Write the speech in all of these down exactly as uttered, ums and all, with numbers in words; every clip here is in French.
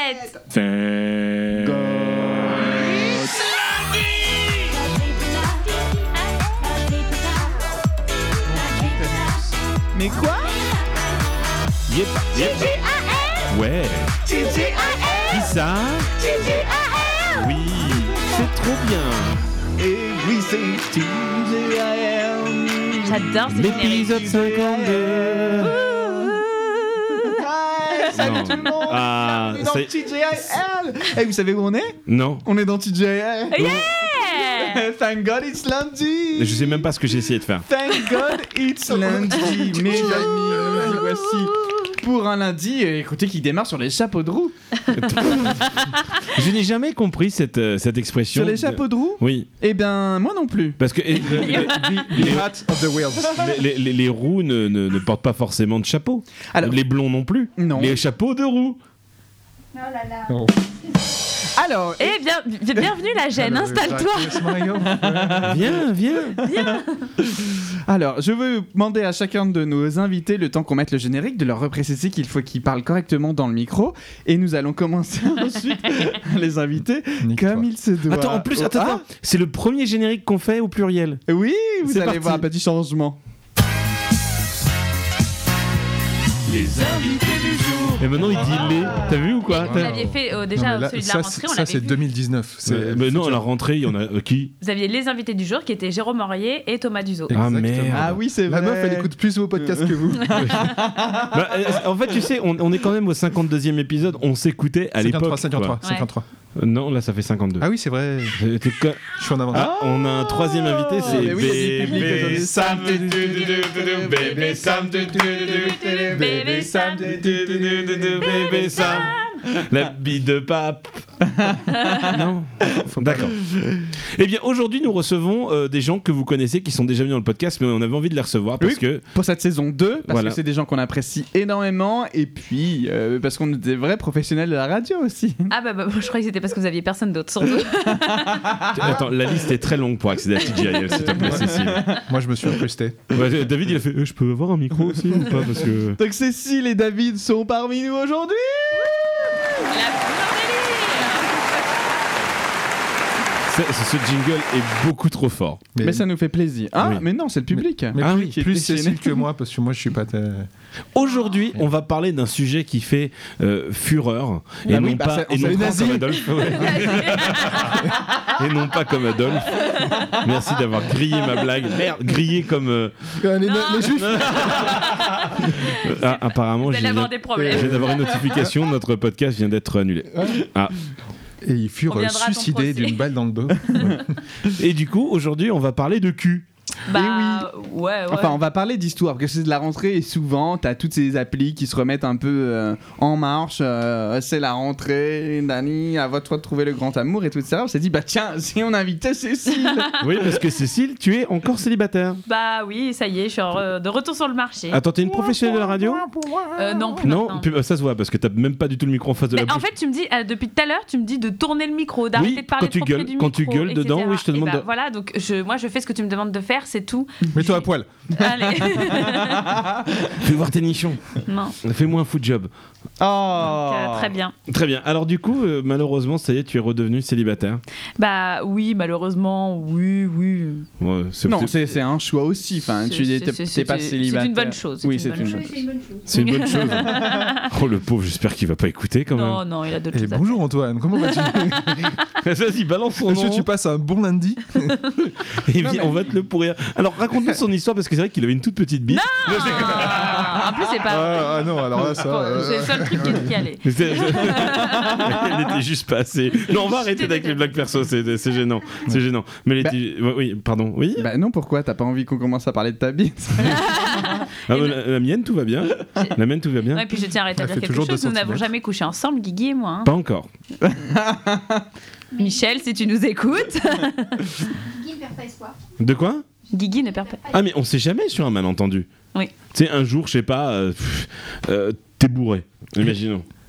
fête. Fête. Mais quoi? Yep, yep. Ouais. Qui ça? Oui, c'est trop bien. Et oui, c'est T J I L. J'adore ce L'épisode cinquante-deux. Ouais, salut Non. tout le monde. Ah, On est dans c'est- T J I L. Et vous savez où on est? Non. On est dans T J I L. Yeah. Thank God it's lundi. Je sais même pas ce que j'ai essayé de faire. Thank God it's lundi. Mes amis, nous voici pour un lundi, euh, écoutez, qui démarre sur les chapeaux de roue. Je n'ai jamais compris cette, euh, cette expression. Sur les chapeaux de roue? Oui. Eh ben, moi non plus. Parce que eh, le- le- les, Hat of the Wheels. les, les- les roues ne, ne- ne portent pas forcément de chapeau. Alors- les blonds non plus. Non. Les chapeaux de roue. Oh là là. Oh. Alors, Eh bien, bienvenue la gêne, installe-toi. Viens, viens. alors, je veux demander à chacun de nos invités, le temps qu'on mette le générique, de leur repréciser qu'il faut qu'ils parlent correctement dans le micro. Et nous allons commencer ensuite à les inviter Nique-toi. comme il se doit. Attends, en plus, Oh, attends, ah, attends. C'est le premier générique qu'on fait au pluriel. oui, vous C'est allez parti. voir un petit changement. Les invités du jour. Et maintenant, il dit les. T'as vu ou quoi? Vous T'as- l'aviez fait euh, Non, déjà mais là, celui de la ça, rentrée, on ça l'avait c'est vu. deux mille dix-neuf. C'est Mais, mais non, à la rentrée, il y en a euh, qui? Vous aviez les invités du jour qui étaient Jérôme Aurier et Thomas Duzot. Ah Exactement. merde. Ah oui, c'est vrai. La meuf, elle écoute plus vos podcasts que vous. Bah, euh, en fait, tu sais, on, on est quand même au cinquante-deuxième épisode. On s'écoutait à l'époque. cinquante-trois, quoi. cinquante-trois. Euh, Non, là, ça fait cinquante-deux. Ah oui, c'est vrai. Euh, t'es co- Je suis en avance. Ah, on a un troisième invité, c'est mais oui, il y a du public Bébé aujourd'hui. Sam. Bébé Sam. Bébé Sam. Bébé Sam. La bille de pape. Non. D'accord. Eh bien, aujourd'hui, nous recevons euh, des gens que vous connaissez, qui sont déjà venus dans le podcast, mais on avait envie de les recevoir parce Oui. que Pour cette saison deux, parce Voilà. que c'est des gens qu'on apprécie énormément, et puis euh, parce qu'on est des vrais professionnels de la radio aussi. Ah bah, bah je croyais que c'était parce que vous aviez personne d'autre sur nous. attends, la liste est très longue pour accéder à T J I L, s'il te plaît, Cécile. Moi, je me suis incrusté. Ouais, David, il a fait euh, je peux avoir un micro aussi ou pas parce que Donc Cécile et David sont parmi nous aujourd'hui. C'est- ce jingle est beaucoup trop fort. Mais, ça nous fait plaisir. Ah, Oui. mais non, c'est le public. mais Ah plus, oui, qui est plus déchaîné. Cécile que moi, parce que moi, je suis pas. très- Aujourd'hui, on va parler d'un sujet qui fait euh, fureur et Ah non oui, bah, pas c'est- et c'est non les pas nazis. comme Adolphe. Ouais. Et non pas comme Adolphe. Merci d'avoir grillé ma blague. Merde, grillé comme. euh, Euh, les, Non. les juifs. ah, apparemment, Vous j'ai allez avoir des problèmes. je viens d'avoir une notification. Notre podcast vient d'être annulé. Ah. Et ils furent On viendra à ton suicidés procès. d'une balle dans le dos. Et du coup, aujourd'hui, on va parler de cul. Bah ouais, ouais. Enfin, on va parler d'histoire, parce que c'est de la rentrée et souvent, t'as toutes ces applis qui se remettent un peu euh, en marche. euh, c'est la rentrée, Dani, à votre fois de trouver le grand amour et tout ça. On s'est dit, bah tiens, si on invitait Cécile. Oui, parce que Cécile, tu es encore célibataire. Bah oui, ça y est, je suis en- de retour sur le marché. Attends, t'es une professionnelle de la radio? Euh, non, plus Non, maintenant. puis, euh, ça se voit parce que t'as même pas du tout le micro en face de Mais la en bouche. fait, tu me dis, euh, depuis tout à l'heure, tu me dis de tourner le micro, d'arrêter Oui, de parler quand tu trop près gueules- du quand tu micro, gueules dedans, et cetera. oui, je te Et demande bah, de- Voilà, donc je, moi, je fais ce que tu me demandes de faire, c'est tout. Mets-toi à poil. Allez. Fais voir tes nichons. Non. Fais-moi un foot job. Oh. Euh, très bien. Très bien. Alors du coup, euh, malheureusement, ça y est, tu es redevenu célibataire. Bah oui, malheureusement, oui, oui. Ouais, c'est, Non, c'est- c'est c'est un choix aussi. Enfin, C'est- tu c'est- t'es c'est- t'es pas c'est- célibataire. c'est une bonne chose, c'est Oui, une c'est bonne une chose. bonne Oui, c'est une bonne chose. c'est une bonne chose. Oh le pauvre, j'espère qu'il va pas écouter quand Non, même. non, il a d'autres Et choses à bonjour Antoine, comment vas-tu? Vas-y, balance son Est-ce nom. que tu passes un bon lundi? Et puis, on va te le pourrir. Alors raconte-nous son histoire parce que c'est vrai qu'il avait une toute petite bite. faire. En plus, c'est pas. Ah, ah non, alors là, ça. Bon, euh, c'est le seul truc qui qui allait. Mais c'est- Elle était juste pas assez. Non, on va arrêter avec les blagues perso, c'est, c'est gênant. C'est gênant. Mais elle Bah- était- ouais, oui, pardon. Oui. Bah non, pourquoi? T'as pas envie qu'on commence à parler de ta bite? Ah, bah, la, la mienne, tout va bien. La mienne, tout va bien. Ouais, puis je tiens à rétablir Elle fait quelque toujours chose. deux Nous n'avons centimètres. jamais couché ensemble, Guigui et moi. hein. Pas encore. Michel, si tu nous écoutes. Guy ne perd pas espoir. De quoi? Guigui ne perd pas. Ah, mais on sait jamais sur un malentendu. Oui. Tu sais, un jour, je sais pas, euh, pff, euh, t'es bourré. Imaginons. Ouais.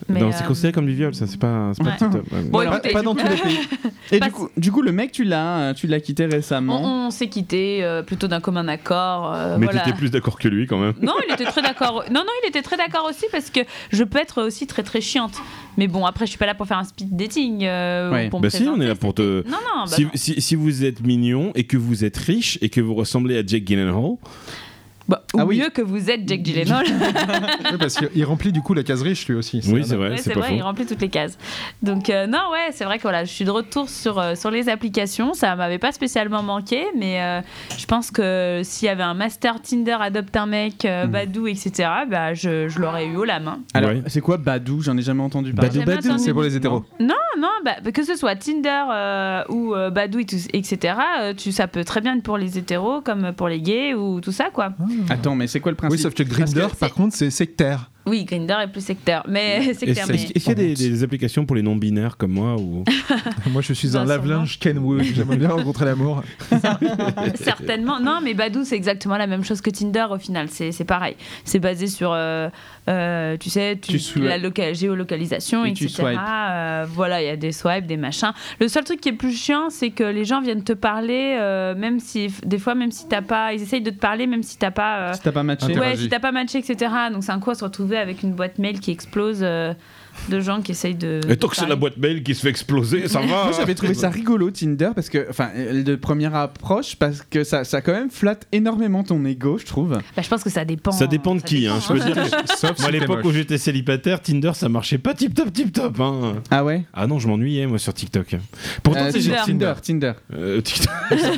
Mais, non, euh, c'est considéré comme du viol, ça, c'est pas, c'est pas Ouais. TikTok. Ouais. Bon, Pas, écoutez, pas du dans coup- tous les pays. Et Pas du coup, du coup, le mec, tu l'as, tu l'as quitté récemment. On, on s'est quitté euh, plutôt d'un commun accord. euh, Mais voilà. t'étais plus d'accord que lui quand même. Non, il était très d'accord. Non, non, il était très d'accord aussi parce que je peux être aussi très très chiante. Mais bon, après, je suis pas là pour faire un speed dating. Euh, Ouais. ou pour me Bah si, on présenter, est là pour te. c'était- Non, non. Bah Si, non. si, si vous êtes mignon et que vous êtes riche et que vous ressemblez à Jake Gyllenhaal, Bah, ou Ah oui. mieux que vous êtes Jake Gyllenhaal. Oui, parce qu'il il remplit du coup la case riche lui aussi. oui, c'est un- vrai, Ouais, c'est c'est pas vrai, faux. il remplit toutes les cases. Donc euh, non, ouais, c'est vrai que voilà, je suis de retour sur, euh, sur les applications. Ça m'avait pas spécialement manqué, mais euh, je pense que s'il y avait un master Tinder, adopte un mec, euh, Hmm. Badoo, et cetera, bah, je, je l'aurais eu haut la main. Alors, Ouais. c'est quoi Badou? J'en ai jamais entendu parler. Badou, Jamais Badou, entendu. C'est pour les hétéros. Non, non, bah, que ce soit Tinder euh, ou euh, Badoo, et, tout- et cetera, euh, tu, ça peut très bien être pour les hétéros comme pour les gays ou tout ça, quoi. Attends, mais c'est quoi le principe? Oui, sauf que Parce Grindr, c'est- par contre, c'est sectaire. Oui, Grindr est plus secteur, mais Est-ce secteur. est-ce mais... qu'il y a des, des applications pour les non-binaires comme moi ou... Moi, je suis Bah, un lave-linge Kenwood. J'aimerais bien rencontrer l'amour. Certainement. Non, mais Badoo, c'est exactement la même chose que Tinder au final. C'est c'est pareil. C'est basé sur, euh, euh, tu sais, tu, Tu swipes. la loca- géolocalisation, Et tu et cetera. swipes. Euh, voilà, il y a des swipes, des machins. Le seul truc qui est plus chiant, c'est que les gens viennent te parler, euh, même si, des fois, même si t'as pas, ils essayent de te parler, même si t'as pas. euh, Si t'as pas matché. Interagis. Ouais, si t'as pas matché, et cetera. Donc c'est un coup à se retrouver avec une boîte mail qui explose euh, de gens qui essayent de. Et tant que c'est la boîte mail qui se fait exploser, ça va. Moi j'avais trouvé ça rigolo Tinder parce que, enfin, euh, de première approche parce que ça, ça quand même flatte énormément ton ego, je trouve. Bah, je pense que ça dépend. Ça dépend de qui, hein, je peux hein. dire. Sauf Moi, à si t'es l'époque moche. où j'étais célibataire, Tinder, ça marchait pas tip top, tip top. Hein. Ah ouais. Ah non, je m'ennuyais moi sur TikTok. Pourtant, Euh, c'est Tinder. Tinder, Tinder. Euh, TikTok.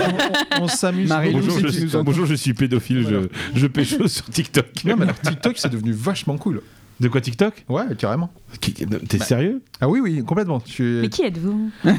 On s'amuse. Marie-Lou, beaucoup. Bonjour, si je tu suis, nous entends. bonjour, je suis pédophile, je, je pécho sur TikTok. Non, mais alors, TikTok, c'est devenu vachement cool. De quoi TikTok? Ouais, carrément. Qui- T'es Bah. sérieux? Ah oui, oui, complètement. Je suis... Mais qui êtes-vous Eh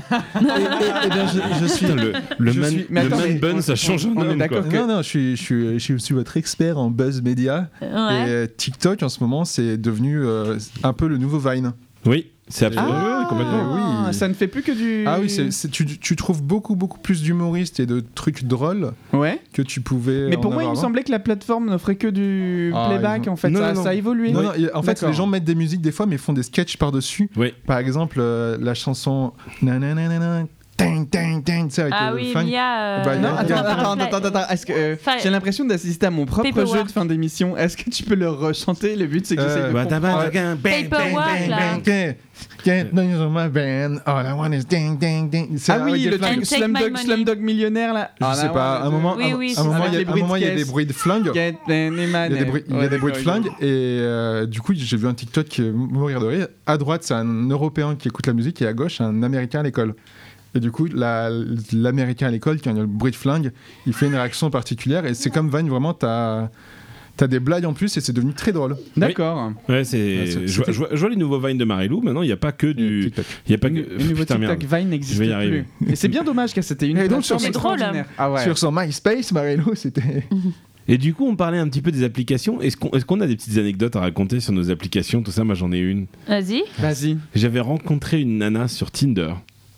bien, je, je suis. Putain, le, le Je man, suis- mais le attends, man mais bun, on- ça change un on est homme, d'accord quoi. que- Non, non, je suis, je, suis, je suis votre expert en buzz média. Ouais. Et euh, TikTok, en ce moment, c'est devenu euh, un peu le nouveau Vine. Oui, c'est absolument. Ah, ouais, complètement. oui. Ça ne fait plus que du. Ah oui, c'est, c'est- tu, tu trouves beaucoup, beaucoup plus d'humoristes et de trucs drôles Ouais. que tu pouvais. Mais en pour moi, il me avoir avant. semblait que la plateforme n'offrait que du Ah, playback. ils ont- En fait, Non, ça, non, non. ça a évolué. Non, non, et en fait, D'accord. les gens mettent des musiques des fois, mais font des sketchs par-dessus. Oui. Par exemple, euh, la chanson. Nananana, ting, ting, ting, tu sais, avec Ah le oui, flingue. Mia. euh, Bah, il y Non, a- attends, il y a- attends, attends, attends, attends. Est-ce que euh, Enfin, j'ai l'impression d'assister à mon propre Paperwork. jeu de fin d'émission. Est-ce que tu peux le rechanter? Le but, c'est que j'essaie Euh, de Bah, comprendre. d'abord, bang, bang, Paperwork, là. bang, bang. Can't- can't noise on my band. All I want is ding, ding, ding. C'est Ah oui, avec des le flingues. truc And take my Slumdog, money. Slumdog millionnaire là. Je Ah, sais là, pas, ouais, à un moment, Oui, un- oui, un c'est moment, ça. il y a- Avec à un les moment, il y a bruits de des bruits de flingues. Get the Il y a des bruits, il y a des bruits de flingues et euh, du coup j'ai vu un TikTok qui est mourir de rire. À droite c'est un Européen qui écoute la musique et à gauche un Américain à l'école. Et du coup la- l'Américain à l'école qui a le bruit de flingue, il fait une réaction particulière et c'est comme Vine vraiment t'as t'as des blagues en plus et c'est devenu très drôle. D'accord. Ouais, c'est. Ouais, c'est- je, vois, c'était- je vois- je vois les nouveaux Vines de Marie-Lou. Maintenant, il n'y a pas que du. TikTok. Il y a pas Le que. le nouveau Putain, TikTok merde. Vine n'existe Je vais y plus. arriver. Et c'est bien dommage car c'était une Et donc, sur- plateforme C'est drôle, extraordinaire. Ah ouais. Sur son MySpace, Marilou, c'était. Et du coup, on parlait un petit peu des applications. Est-ce qu'on est-ce qu'on a des petites anecdotes à raconter sur nos applications? Tout ça, moi, j'en ai une. Vas-y. Vas-y. J'avais rencontré une nana sur Tinder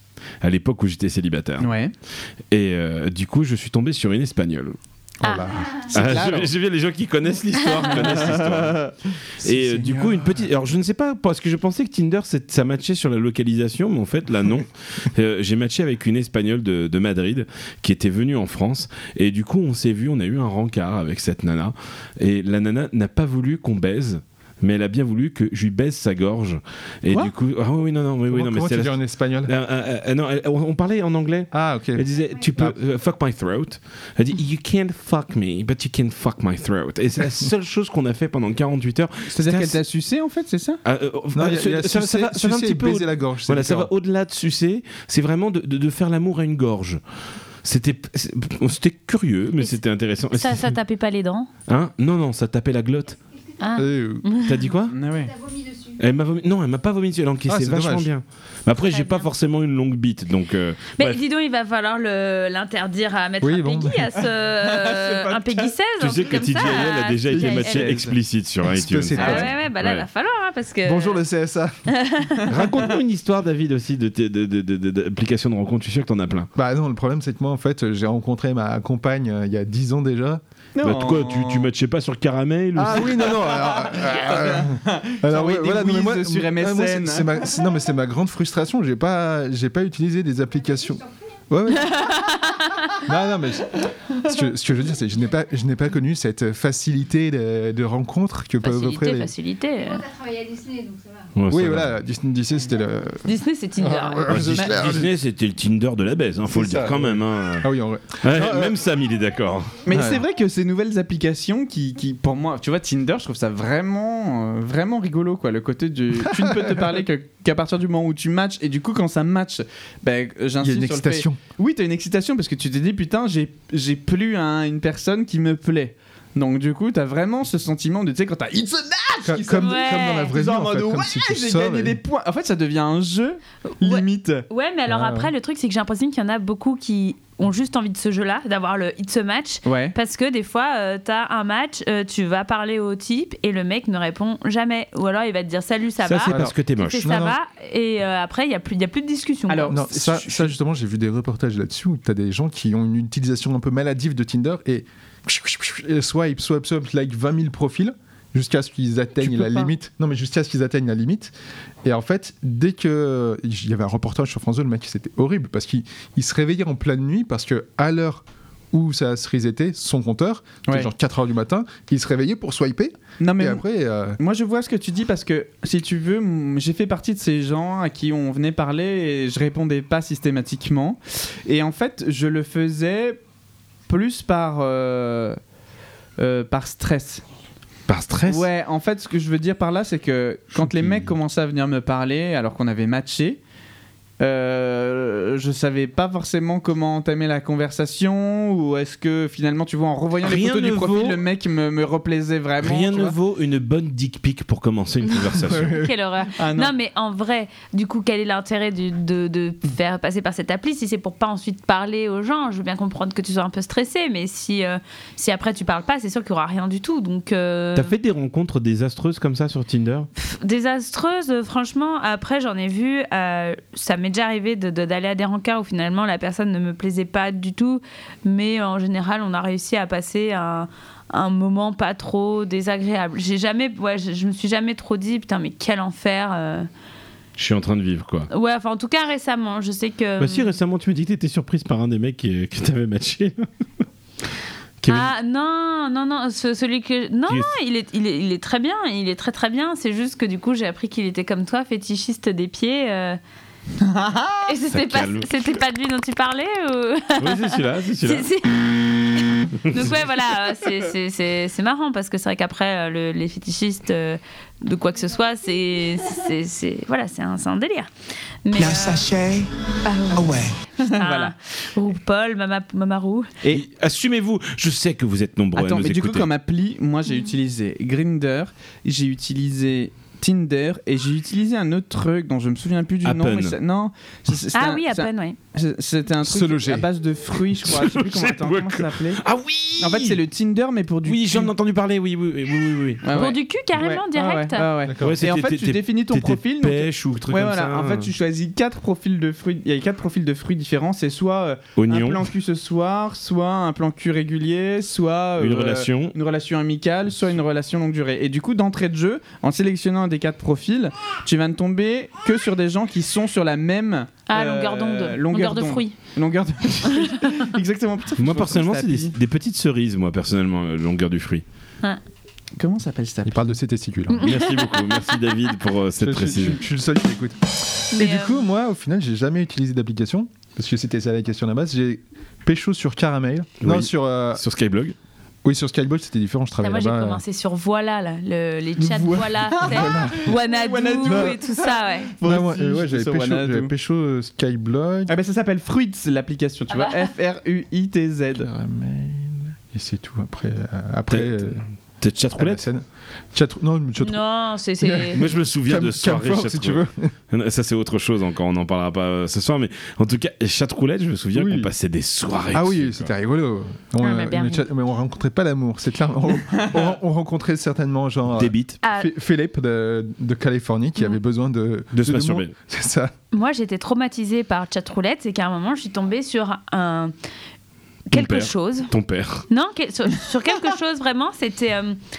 à l'époque où j'étais célibataire. Ouais. Et euh, du coup, je suis tombé sur une espagnole. Oh là. C'est Ah, clair, je- alors. J'ai vu les gens qui connaissent l'histoire connaissent l'histoire. Et euh, du coup, une petite. Alors, je ne sais pas, parce que je pensais que Tinder, c'est- ça matchait sur la localisation, mais en fait, là, non. Euh, j'ai matché avec une espagnole de, de Madrid qui était venue en France. Et du coup, on s'est vu, on a eu un rencard avec cette nana. Et la nana n'a pas voulu qu'on baise. Mais elle a bien voulu que je lui baise sa gorge. Et Quoi du coup. Ah oui, non, non, oui, oui, Comment, non, mais comment c'est tu la- dis en espagnol Euh, euh, euh, non, elle- on on parlait en anglais. Ah ok. Elle disait, tu peux Ah. euh, fuck my throat. Elle dit, you can't fuck me, but you can fuck my throat. Et c'est la seule chose qu'on a fait pendant quarante-huit heures. C'est-à-dire C'était qu'elle t'a sucé en fait, c'est ça? Ah, euh, Non, euh, il y a- il y a ça, ça sucer- va, ça va un sucer petit et peu. baiser au- la gorge. c'est Voilà, ça différent. va au-delà de sucer. C'est vraiment de, de, de faire l'amour à une gorge. C'était, c'est- c'était curieux, mais Et c'était intéressant. Ça, ça tapait pas les dents. Hein? Non, non, ça tapait la glotte. Ah. Euh, T'as dit quoi? Ah ouais. T'as vomi dessus. Elle m'a vomi... Non, elle m'a pas vomi dessus. Elle a encaissé Ah, c'est vachement dommage. bien. Mais après, Très j'ai pas bien. forcément une longue bite, donc. euh, Mais bref. dis donc, il va falloir le- l'interdire à mettre Oui, un bon. Peggy à ce. euh, un Peggy seize. Tu un sais truc que comme T J ça, L a déjà à- été elle- matché elle- explicite sur iTunes. Explicite. Ah ouais, ouais, bah là, il Ouais. va falloir, hein, parce que. Bonjour le C S A. Raconte-nous une histoire, David, aussi de tes- de, de, de, de- d'applications de rencontres. Je suis sûr que t'en as plein. Bah non, le problème c'est que moi en fait j'ai rencontré ma compagne euh, il y a dix ans déjà. Bah, quoi, tu, tu matchais pas sur Caramel ou Ah ça oui, non, non. Alors, euh, alors, T'as envoyé ouais, des voilà, quiz non, mais moi, sur M S N. ah, moi, c'est- c'est ma- c'est- non, mais c'est ma grande frustration. J'ai pas, j'ai pas utilisé des applications. Ouais, ouais. non, non, mais je- ce, que, ce que je veux dire, c'est que je n'ai pas, je n'ai pas connu cette facilité de, de rencontre que peuvent offrir Facilité, les. facilité. Moi, t'as travaillé à Disney, donc ça va. Ouais, Oui, ça va. voilà, Disney, Disney, c'était le. Disney, c'est Tinder. Ah, Ouais, Disney, Disney, c'était le Tinder de la baise, hein, faut C'est le dire ça, quand ouais. même. Hein. Ah oui, en vrai. Ouais, Non, euh, même Sam, il est d'accord. Mais Ouais. c'est vrai que ces nouvelles applications qui, qui, pour moi, tu vois, Tinder, je trouve ça vraiment, euh, vraiment rigolo, quoi. Le côté du. Tu ne peux te parler que- qu'à partir du moment où tu matches, et du coup, quand ça match, ben, Il y a j'insiste une sur le fait. excitation. Oui, t'as une excitation parce que tu te dis, putain, j'ai, j'ai plus un- une personne qui me plaît. Donc, du coup, t'as vraiment ce sentiment de, tu sais, quand t'as It's a match Comme, qui comme, Ouais. comme dans la vraie vie, en en mode, fait. Comme ouais, si tu j'ai sors gagné et- des points. En fait, ça devient un jeu Ouais. limite. Ouais, mais alors Ah, après, ouais. le truc, c'est que j'ai l'impression qu'il y en a beaucoup qui ont juste envie de ce jeu-là, d'avoir le It's a match. Ouais. Parce que des fois, euh, t'as un match, euh, tu vas parler au type et le mec ne répond jamais. Ou alors il va te dire salut, ça, Ça, va. c'est Alors, parce que t'es Et moche. ça Non, non. va. Et euh, après, il n'y a, plus- il y a plus de discussion. Alors, Non, c'est- ça, je- ça justement, j'ai vu des reportages là-dessus où t'as des gens qui ont une utilisation un peu maladive de Tinder et, et swipe, swipe, swipe, like vingt mille profils jusqu'à ce qu'ils atteignent peux la pas. limite. Non, mais jusqu'à ce qu'ils atteignent la limite. Et en fait, dès que il y avait un reportage sur France deux, le mec, c'était horrible parce qu'il il se réveillait en pleine nuit parce que à l'heure où ça se resetait son compteur, c'était Ouais. genre quatre heures du matin, il se réveillait pour swiper Non, mais et après euh, moi, je vois ce que tu dis parce que, si tu veux, m- j'ai fait partie de ces gens à qui on venait parler et je répondais pas systématiquement. Et en fait, je le faisais plus par, euh, euh, par stress. Par stress. Ouais, en fait, ce que je veux dire par là, c'est que quand les Choupi. mecs commençaient à venir me parler alors qu'on avait matché, euh, je savais pas forcément comment entamer la conversation, ou est-ce que finalement, tu vois, en revoyant les Rien photos ne du profil, vaut- le mec me, me replaisait vraiment. Rien tu ne vois. vaut une bonne dick pic pour commencer une conversation. Quelle horreur. Ah, non. non. mais en vrai, du coup, quel est l'intérêt du- de, de faire passer par cette appli si c'est pour pas ensuite parler aux gens? Je veux bien comprendre que tu sois un peu stressé, mais si, euh, si après tu parles pas, c'est sûr qu'il y aura rien du tout. Donc, euh, T'as fait des rencontres désastreuses comme ça sur Tinder? désastreuse, euh, franchement. Après, j'en ai vu. euh, ça m'est déjà arrivé de, de- d'aller à des rencarts où finalement la personne ne me plaisait pas du tout, mais en général, on a réussi à passer un, un moment pas trop désagréable. J'ai jamais, ouais, je, je me suis jamais trop dit putain, mais quel enfer. euh. Je suis en train de vivre, quoi. Ouais, enfin, en tout cas, récemment, je sais que. Bah si, récemment, tu me dis que t'étais surprise par un des mecs qui- que t'avais matché. Kevin. Ah non, non, non, ce- celui que. Non, Qui est- non, il est, il, est, il est très bien, il est très très bien. C'est juste que du coup, j'ai appris qu'il était comme toi, fétichiste des pieds. euh. Et c'était pas, calme. c'était pas de lui dont tu parlais ou... Oui, c'est celui-là, c'est celui-là. Si, si. Donc ouais, voilà, euh, c'est- c'est- c'est c'est marrant parce que c'est vrai qu'après, euh, le- les fétichistes euh, de quoi que ce soit, c'est c'est- c'est- voilà, c'est un, c'est un délire. Mais, Now, euh, sachet ah ouais. away. Putain, Voilà. RuPaul, Mama, Mamarou. Et Assumez-vous, je sais que vous êtes nombreux attends, à nous mais du coup, écouter. comme appli, moi j'ai utilisé Grindr, j'ai utilisé Tinder et j'ai utilisé un autre truc dont je me souviens plus du nom. Appen. Mais ça- non, c'est- c'est- c'était Ah un- oui, à c'est un- peine, oui. c'est- C'était un Se truc loger. à base de fruits, je crois. Je sais plus comment, Se attends, loger. comment ça s'appelait. Ah oui En fait, c'est le Tinder, mais pour du Oui, cul. j'en ai entendu parler, oui, oui, oui, oui, oui. oui. Ouais, Pour ouais. du cul, carrément, Ouais, direct. ouais, ouais, ouais. D'accord. Ouais, Et en c'était- fait, tu t'étais- définis ton t'étais profil. donc- pêche ou truc Ouais, comme voilà. ça. En fait, tu choisis quatre profils de fruits. Il y a quatre profils de fruits différents. C'est soit euh, un Oignon, plan cul ce soir, soit un plan cul régulier, soit une euh, relation. une relation amicale, soit une relation longue durée. Et du coup, d'entrée de jeu, en sélectionnant un des quatre profils, tu vas ne tomber que sur des gens qui sont sur la même Ah, euh, longueur d'onde. longueur Longueur de d'onde. fruits. Longueur de Exactement. Putain, Moi, je personnellement, pense c'est que des, cette appli- des petites cerises, moi, personnellement, euh, longueur du fruit. Comment s'appelle cette appli Il parle de ses testicules. hein. Merci beaucoup, merci David pour euh, cette Je- je- précision. je- je suis le seul qui l'écoute. Mais, Et du euh, coup, moi, au final, j'ai jamais utilisé d'application parce que c'était ça la question à la base. J'ai pécho sur Caramel. Non, Oui. sur. euh, Sur Skyblog. Oui, sur Skyball, c'était différent. Je Putain, travaillais moi, j'ai là-bas. commencé sur Voilà, là, le- les chats Vo- Voilà, tu sais. Wanadu Wanadu. et tout ça, ouais. Ouais, Moi ouais, aussi, euh, ouais, je suis j'avais sur pécho, Wanadu. j'avais pécho euh, Skyblog. Ah ben ça s'appelle Fruits l'application, tu Ah vois, bah. F R U I T Z. Caramel. Et c'est tout. Après, euh, après. T'es- euh, Peut-être chat à la roulette. scène. Chat, non, chat Non, c'est... c'est- Moi, je me souviens Cam- de soirées Camphor, chat si tu veux. roulette. Ça, c'est autre chose encore. On n'en parlera pas euh, ce soir. Mais en tout cas, chat roulette, je me souviens Oui. qu'on passait des soirées. Ah dessus, oui, quoi. c'était rigolo. On, Ah, euh, mais bien le vu. chat- mais on rencontrait pas l'amour, c'est clair. On, on- on rencontrait certainement genre Des bites. Ah, F- Philippe de, de Californie qui Mm. avait besoin de De se de masturber. monde. C'est ça. moi, j'étais traumatisée par Chatroulette, c'est qu'à un moment, je suis tombée sur un... quelque père. chose. Ton père. Non, que- sur, sur quelque chose, vraiment, c'était... euh,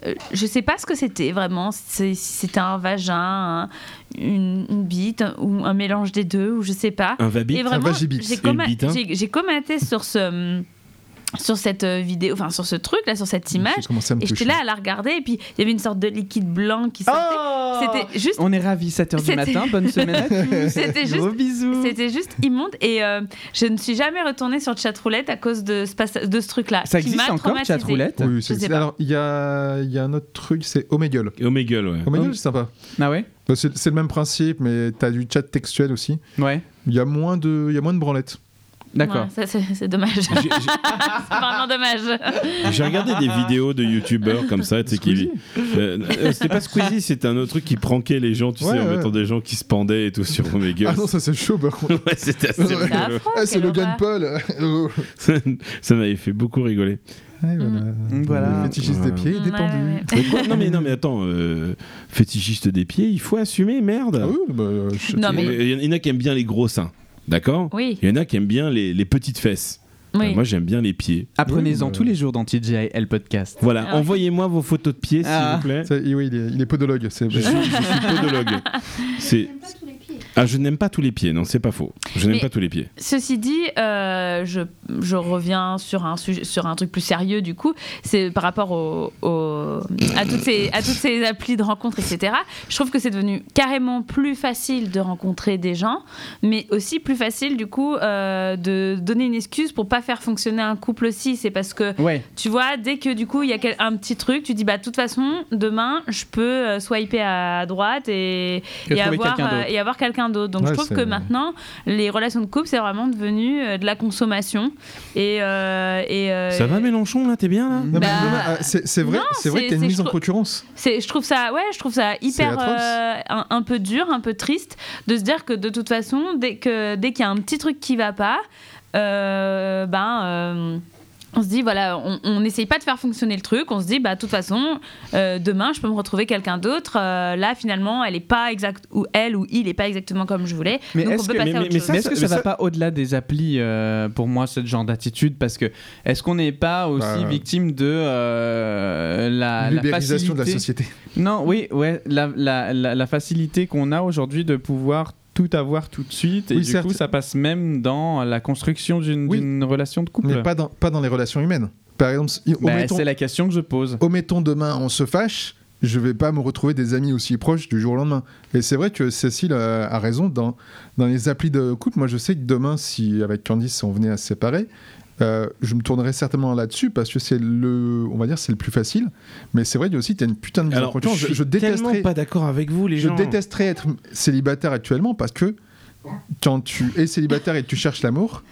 euh, je sais pas ce que c'était vraiment, si c'était un vagin, un, une, une bite ou un mélange des deux, ou je sais pas. Un vabit, Et vraiment, un vagibit. j'ai, Une comma- bite, hein. j'ai, j'ai commenté sur ce... sur cette vidéo, enfin sur ce truc là, sur cette image, J'ai commencé à me et j'étais toucher. là à la regarder, et puis il y avait une sorte de liquide blanc qui sortait. Oh C'était juste, On est ravis, sept heures du C'était- matin, bonne semaine à tous. C'était juste- Gros bisous. c'était juste immonde, et euh, je ne suis jamais retournée sur Chatroulette à cause de ce, passa- de ce truc-là. Ça qui existe m'a encore, traumatisée. Chatroulette? Oui, c'est, sais c'est- pas. alors il y a, il y a un autre truc, c'est Omegle. Omegle, ouais. Omegle, Om- c'est sympa. Ah ouais? Bah, C'est, c'est le même principe, mais t'as du chat textuel aussi. Ouais, Il y a moins de, il y a moins de branlettes. d'accord. Ouais, ça, c'est, c'est dommage. J'ai- j'ai- C'est vraiment dommage. J'ai regardé des vidéos de youtubeurs comme ça, tu sais, qui. Euh, euh, c'était pas Squeezie, c'était un autre truc qui pranquait les gens, tu Ouais, sais, en ouais. mettant des gens qui se pendaient et tout sur Omegle. Ah non, ça c'est chaud par contre. Ouais, c'était assez Ouais. C'est rigolo. affreux, Ah, c'est quelle Logan horreur. Paul. Oh. Ça, ça m'avait fait beaucoup rigoler. Ouais, voilà. Mm. Voilà. Le fétichiste des pieds, Ouais, dépendu. ouais. Mais quoi non, mais, non, mais attends, euh, fétichiste des pieds, il faut assumer, merde. Ah oui, bah, je- Non, mais- Il y en a qui aiment bien les gros seins, d'accord? Oui, Il y en a qui aiment bien les, les petites fesses. oui. Euh, moi, j'aime bien les pieds. Apprenez-en Oui, tous bah. les jours dans T J I L Podcast. Voilà, Ah. envoyez-moi vos photos de pieds, s'il Ah. vous plaît. Ça, oui, il est, il est podologue. C'est... Je suis, je suis podologue. C'est... J'aime pas tous les pieds. Ah, je n'aime pas tous les pieds, non, c'est pas faux. Je n'aime Mais- pas tous les pieds. Ceci dit, euh, je, je reviens sur un, sujet, sur un truc plus sérieux du coup, c'est par rapport au, au- à, toutes ces, à toutes ces applis de rencontres, et cetera. Je trouve que c'est devenu carrément plus facile de rencontrer des gens, mais aussi plus facile du coup euh, de donner une excuse pour pas faire fonctionner un couple aussi. C'est parce que Ouais, tu vois, dès que du coup il y a quel- un petit truc, tu dis bah de toute façon demain je peux euh, swiper à droite et, Et et trouver avoir, quelqu'un d'autre. euh, et avoir quelqu'un d'autre. Donc Ouais, je trouve c'est- que maintenant les relations de couple c'est vraiment devenu euh, de la consommation et, euh, et euh, Ça va, Mélenchon, là, t'es bien, là? Non, mais- Bah, non, mais, ah, c'est, c'est vrai, non, c'est vrai c'est- que t'as une c'est- mise je en trouve- concurrence. c'est, je trouve ça, ouais, je trouve ça hyper atroce. euh, un, un peu dur, un peu triste de se dire que de toute façon, dès que dès qu'il y a un petit truc qui va pas, euh, ben euh, on se dit voilà, on- on n'essaye pas de faire fonctionner le truc. On se dit bah de toute façon, euh, demain je peux me retrouver quelqu'un d'autre. Euh, là finalement, elle est pas exact ou elle ou il est pas exactement comme je voulais. Mais donc est-ce on peut que- passer mais- à autre mais chose. ça, mais est-ce que mais ça va ça- pas au-delà des applis euh, pour moi, ce genre d'attitude? Parce que est-ce qu'on n'est pas aussi Bah, victime de euh, la, la Libéralisation de la facilité- société. Non, oui, ouais, la, la, la, la facilité qu'on a aujourd'hui de pouvoir tout avoir tout de suite, et Oui, du certes. coup, ça passe même dans la construction d'une Oui. d'une relation de couple. Mais pas dans, pas dans les relations humaines. Par exemple, si- Bah, omettons, c'est la question que je pose. omettons demain, on se fâche, je vais pas me retrouver des amis aussi proches du jour au lendemain. Et c'est vrai que Cécile a, a raison, dans, dans les applis de couple, moi je sais que demain, si avec Candice on venait à se séparer, euh, je me tournerais certainement là-dessus parce que c'est le, on va dire, c'est le plus facile. Mais c'est vrai qu'il y a aussi, tu as une putain de mise en Alors, concurrence. je suis je tellement détesterais, pas d'accord avec vous, les je gens. détesterais être célibataire actuellement parce que quand tu es célibataire et que tu cherches l'amour,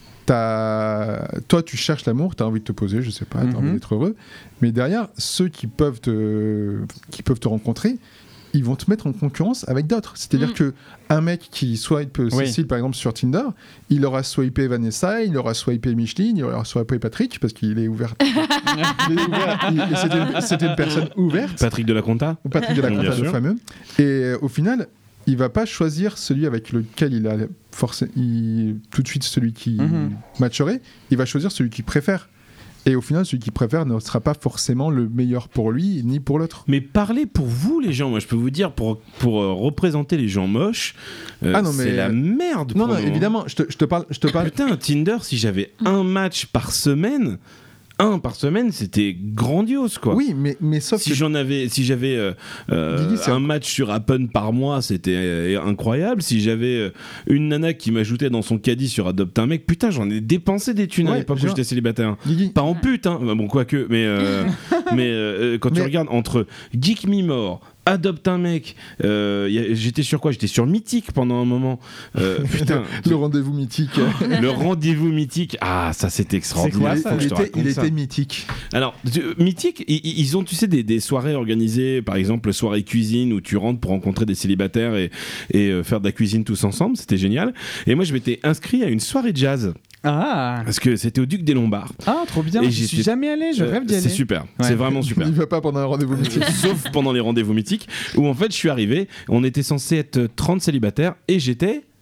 t'as- toi tu cherches l'amour, tu as envie de te poser, je sais pas, tu as Mhm. envie d'être heureux, mais derrière, ceux qui peuvent te, qui peuvent te rencontrer, ils vont te mettre en concurrence avec d'autres. C'est-à-dire Mm. que un mec qui swipe euh, Oui. Cécile par exemple sur Tinder, il aura swipé Vanessa, il aura swipé Micheline, il aura swipé Patrick parce qu'il est ouvert. Il est ouvert, il- et c'était une- c'était une personne ouverte. Patrick de la Conta? Ou Patrick de la Bien Conta, le sûr. fameux. Et euh, au final, il va pas choisir celui avec lequel il a forcé, il- tout de suite celui qui Mhm. matcherait. Il va choisir celui qu'il préfère. Et au final, celui qu'il préfère ne sera pas forcément le meilleur pour lui ni pour l'autre. Mais parlez pour vous, les gens. Moi, je peux vous dire, pour, pour euh, représenter les gens moches, euh, Ah non, mais- c'est la merde. Non, pour non, nous, hein. évidemment, je te, je te parle, je te parle. Putain, Tinder, si j'avais un match par semaine, un par semaine, c'était grandiose, quoi. Oui, mais, mais sauf Si que j'en avais, si j'avais euh, euh, Guigui, c'est un un- match sur Appen par mois, c'était euh, incroyable. Si j'avais euh, une nana qui m'ajoutait dans son caddie sur Adopte un mec, putain, j'en ai dépensé des thunes à Ouais, l'époque où genre- j'étais célibataire. Guigui, Pas en pute, hein. Bon, quoique, mais, euh, mais euh, quand tu Mais- regardes entre Geek Me More, Adopte un mec, euh, y a- j'étais sur quoi? J'étais sur Mythique pendant un moment. Euh, putain, le rendez-vous mythique. le rendez-vous Mythique, ah, ça c'était extraordinaire. quoi, il, ça Faut que il je te était, il raconte ça. était mythique. Alors, tu- Mythique, i- i- ils ont, tu sais, des, des soirées organisées, par exemple, soirée cuisine, où tu rentres pour rencontrer des célibataires et, et euh, faire de la cuisine tous ensemble, c'était génial. Et moi, je m'étais inscrit à une soirée jazz, Ah, parce que c'était au Duc des Lombards. ah trop bien. Et Je j'étais- suis jamais allé, je Euh, rêve d'y aller. C'est super, Ouais. c'est vraiment super. Il va pas pendant un rendez-vous mythique. Sauf pendant les rendez-vous mythiques, où en fait, je suis arrivé, on était censé être trente célibataires, et j'étais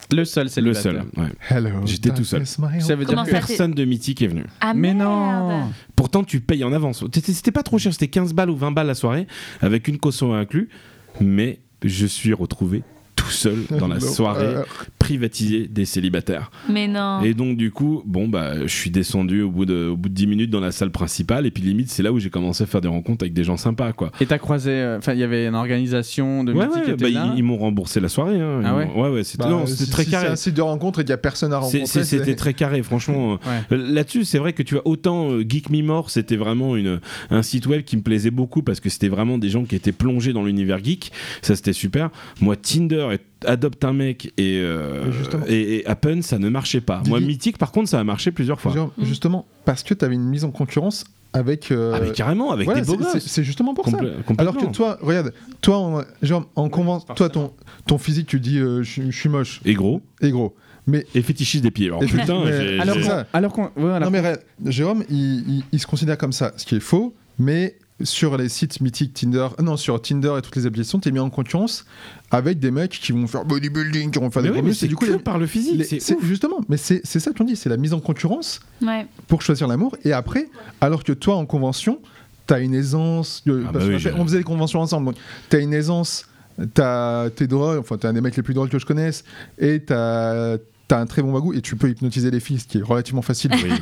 Le seul Le célibataire. seul, ouais. Hello, J'étais tout seul. darkness, my Ça veut dire Comment que ça, Personne de Mythique est venu. Ah, Mais merde. non. Pourtant, tu payes en avance. C'était c'était pas trop cher, c'était quinze balles ou vingt balles la soirée, avec une caution inclus. Mais je suis retrouvé tout seul dans la soirée Euh, privatisée des célibataires. Mais non. Et donc, du coup, bon, bah, je suis descendu au bout de, au bout de dix minutes dans la salle principale. Et puis, limite, c'est là où j'ai commencé à faire des rencontres avec des gens sympas, quoi. Et t'as croisé, enfin, il y avait une organisation de Ouais, Mythique qui ouais, était bah, là. ils, ils m'ont remboursé la soirée. Hein. Ils Ah ouais m'ont- ouais, ouais, c'était bah, non, c'était si- très si carré. C'est un site de rencontre et qu'il n'y a personne à C'est- rencontrer. c'est- C'était c'est- très carré, franchement. Ouais. Euh, Là-dessus, c'est vrai que tu vois, autant euh, Geek Me More, c'était vraiment une, un site web qui me plaisait beaucoup parce que c'était vraiment des gens qui étaient plongés dans l'univers geek. Ça, c'était super. Moi, Tinder et Adopte un mec et, euh, Mais justement. et, et Happen, ça ne marchait pas. Didi- Moi, Mythique, par contre, ça a marché plusieurs fois. Genre, Justement, parce que tu avais une mise en concurrence avec. euh, Ah, mais carrément, avec voilà, des beaux c'est- c'est- gosses. C'est justement pour ça. Complè- complètement. Alors que toi, regarde, toi, en, genre, en conven- toi ton, ton physique, tu dis euh, je je suis moche Et gros. et gros. Mais Et fétichiste des pieds. Alors, Et putain, mais- j'ai- Alors j'ai- c'est qu'on, ça. alors qu'on, ouais, voilà. non mais regarde, Jérôme, il, il- il se considère comme ça, ce qui est faux. Mais sur les sites mythiques Tinder, ah non, sur Tinder et toutes les applications, t'es mis en concurrence avec des mecs qui vont faire bodybuilding, qui vont faire Mais des oui, gros mais muscles, c'est et du coup, que les- par le physique. les- c'est c'est ouf. justement, mais c'est c'est ça qu'on dit, c'est la mise en concurrence Ouais. pour choisir l'amour. Et après, alors que toi en convention, t'as une aisance. euh, Ah parce bah qu'on oui, fait- j'ai- on faisait des conventions ensemble, donc t'as une aisance, t'as t'es drôle, enfin t'es un des mecs les plus drôles que je connaisse, et t'as t'as un très bon bagou et tu peux hypnotiser les filles, ce qui est relativement facile. Oui.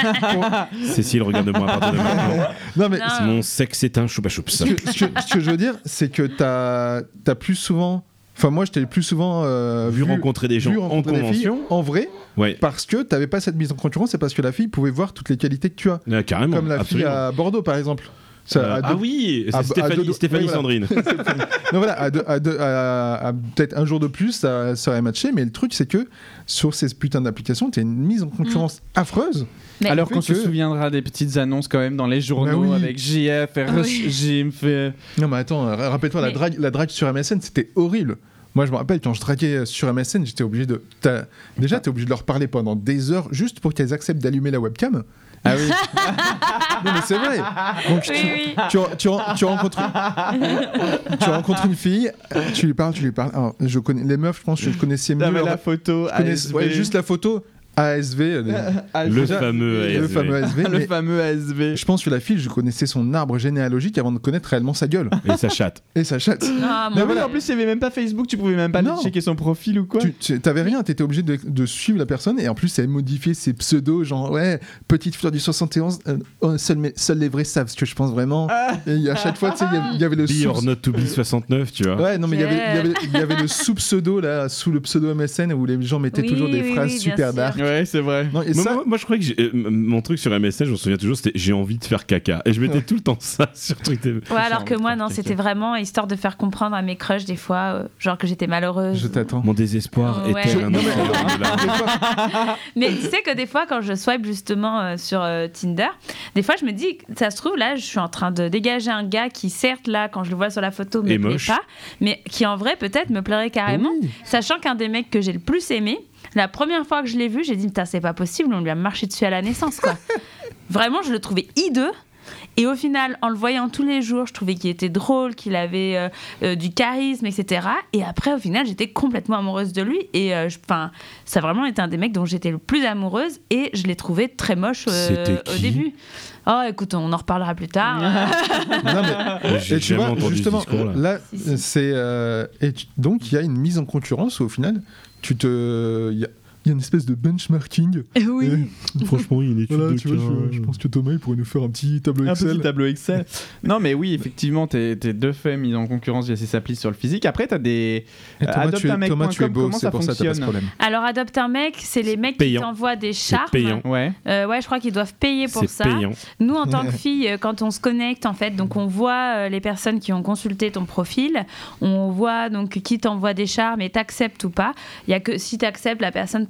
Cécile, regarde-moi à partir de maintenant. Non mais Non. Mon sexe est un choupa choups. ce que, ce que- ce que je veux dire, c'est que t'as as plus souvent. Enfin, moi, je t'ai plus souvent euh, Vu rencontrer des gens vu en rencontrer des filles convention. en vrai, Ouais, parce que t'avais pas cette mise en concurrence, c'est parce que la fille pouvait voir toutes les qualités que tu as. Ah, carrément. Comme la absolument. fille à Bordeaux, par exemple. Ça, Euh, à ah deux- oui, c'est à- à Stéphanie, deux- Stéphanie oui, voilà. Sandrine. Non, voilà, à, deux- à deux- à- à peut-être un jour de plus, ça, ça aurait matché, mais le truc, c'est que sur ces putains d'applications, t'as une mise en concurrence affreuse. Mais- Alors qu'on Fait se que- souviendra des petites annonces quand même dans les journaux Bah oui. avec J F, Ah R oui. Gym, fait. Non, mais attends, euh, rappelle-toi, la, Mais- drague, la drague sur M S N, c'était horrible. Moi, je me rappelle, quand je draguais sur M S N, j'étais obligé de. t'as- Déjà, t'es obligé de leur parler pendant des heures juste pour qu'elles acceptent d'allumer la webcam. Ah oui. Non, mais c'est vrai. Donc, Oui, tu, oui. tu, tu, tu rencontres, tu rencontres une fille, tu lui parles, tu lui parles. Alors, je connais les meufs, je pense que je connaissais mieux. T'avais leur- la photo. je connais- A S V. ouais, juste la photo A S V. euh, des- Le déjà, fameux A S V. Le fameux A S V. le mais fameux A S V. je pense que la fille, je connaissais son arbre généalogique avant de connaître réellement sa gueule Et ça chatte. et sa chatte. Ah, Mais moi, oui, voilà. en plus, il n'y avait même pas Facebook, tu pouvais même pas Non. checker son profil ou quoi. Tu tu- t'avais rien, t'étais obligé de, de suivre la personne et en plus elle modifiait ses pseudos, genre ouais, petite fleur du soixante et onze, euh, oh, seuls, mes- seuls les vrais savent ce que je pense vraiment. Et à chaque fois, tu sais, il y avait- il y avait le Be or sous. not to be soixante-neuf, tu vois. Ouais, non, mais il y avait- il y Yeah. avait- il y avait le sous-pseudo là, sous le pseudo M S N où les gens mettaient Oui, toujours des oui, phrases oui, bien super sûr. dark. Ouais, c'est vrai. Non, et Moi, ça, moi, moi, je croyais que j'ai- euh, m- mon truc sur M S N, je me souviens toujours, c'était j'ai envie de faire caca. Et je mettais tout le temps ça sur Twitter. Ouais, alors que moi, non, Caca. c'était vraiment histoire de faire comprendre à mes crushs des fois, euh, genre que j'étais malheureuse. je t'attends. Mon désespoir Ouais. était un Non, mais- enfant de la- Mais tu sais que des fois, quand je swipe justement euh, sur euh, Tinder, des fois, je me dis, ça se trouve, là, je suis en train de dégager un gars qui, certes, là, quand je le vois sur la photo, me Et plaît moche. pas, mais qui, en vrai, peut-être me plairait carrément. Oui. Sachant qu'un des mecs que j'ai le plus aimé, la première fois que je l'ai vu, j'ai dit, putain, c'est pas possible, on lui a marché dessus à la naissance, quoi. Vraiment, je le trouvais hideux. Et au final, en le voyant tous les jours, je trouvais qu'il était drôle, qu'il avait euh, euh, du charisme, et cetera. Et après, au final, j'étais complètement amoureuse de lui. Et euh, je- enfin, ça a vraiment été un des mecs dont j'étais le plus amoureuse. Et je l'ai trouvé très moche euh, C'était au qui début. Oh, écoute, on en reparlera plus tard. Non, mais- J'ai Et tu jamais vois, entendu justement, ce discours-là. là, Si, si. c'est. euh, et tu- donc, il y a une mise en concurrence où, au final, tu te. Il y, a- il y a une espèce de benchmarking. oui. Franchement, il y a une étude Voilà, de tu vois, cas. je, je pense que Thomas, il pourrait nous faire un petit tableau Un Excel. petit tableau Excel. Non, mais oui, effectivement, t'es t'es de fait mis en concurrence via ces applis sur le physique. Après, t'as des. Et Thomas, Adopte tu es, un mec Thomas, point tu es com, beau, comment c'est ça pour ça que t'as pas ce fonctionne problème. Alors, adopte un mec, c'est les mecs payant. qui t'envoient des charmes. payant. Ouais. Euh, ouais, je crois qu'ils doivent payer pour C'est ça. payant. Nous, en tant que filles, euh, quand on se connecte, en fait, donc on voit euh, les personnes qui ont consulté ton profil, on voit donc qui t'envoie des charmes et t'acceptes ou pas. Il y a que si t'acceptes, la personne peut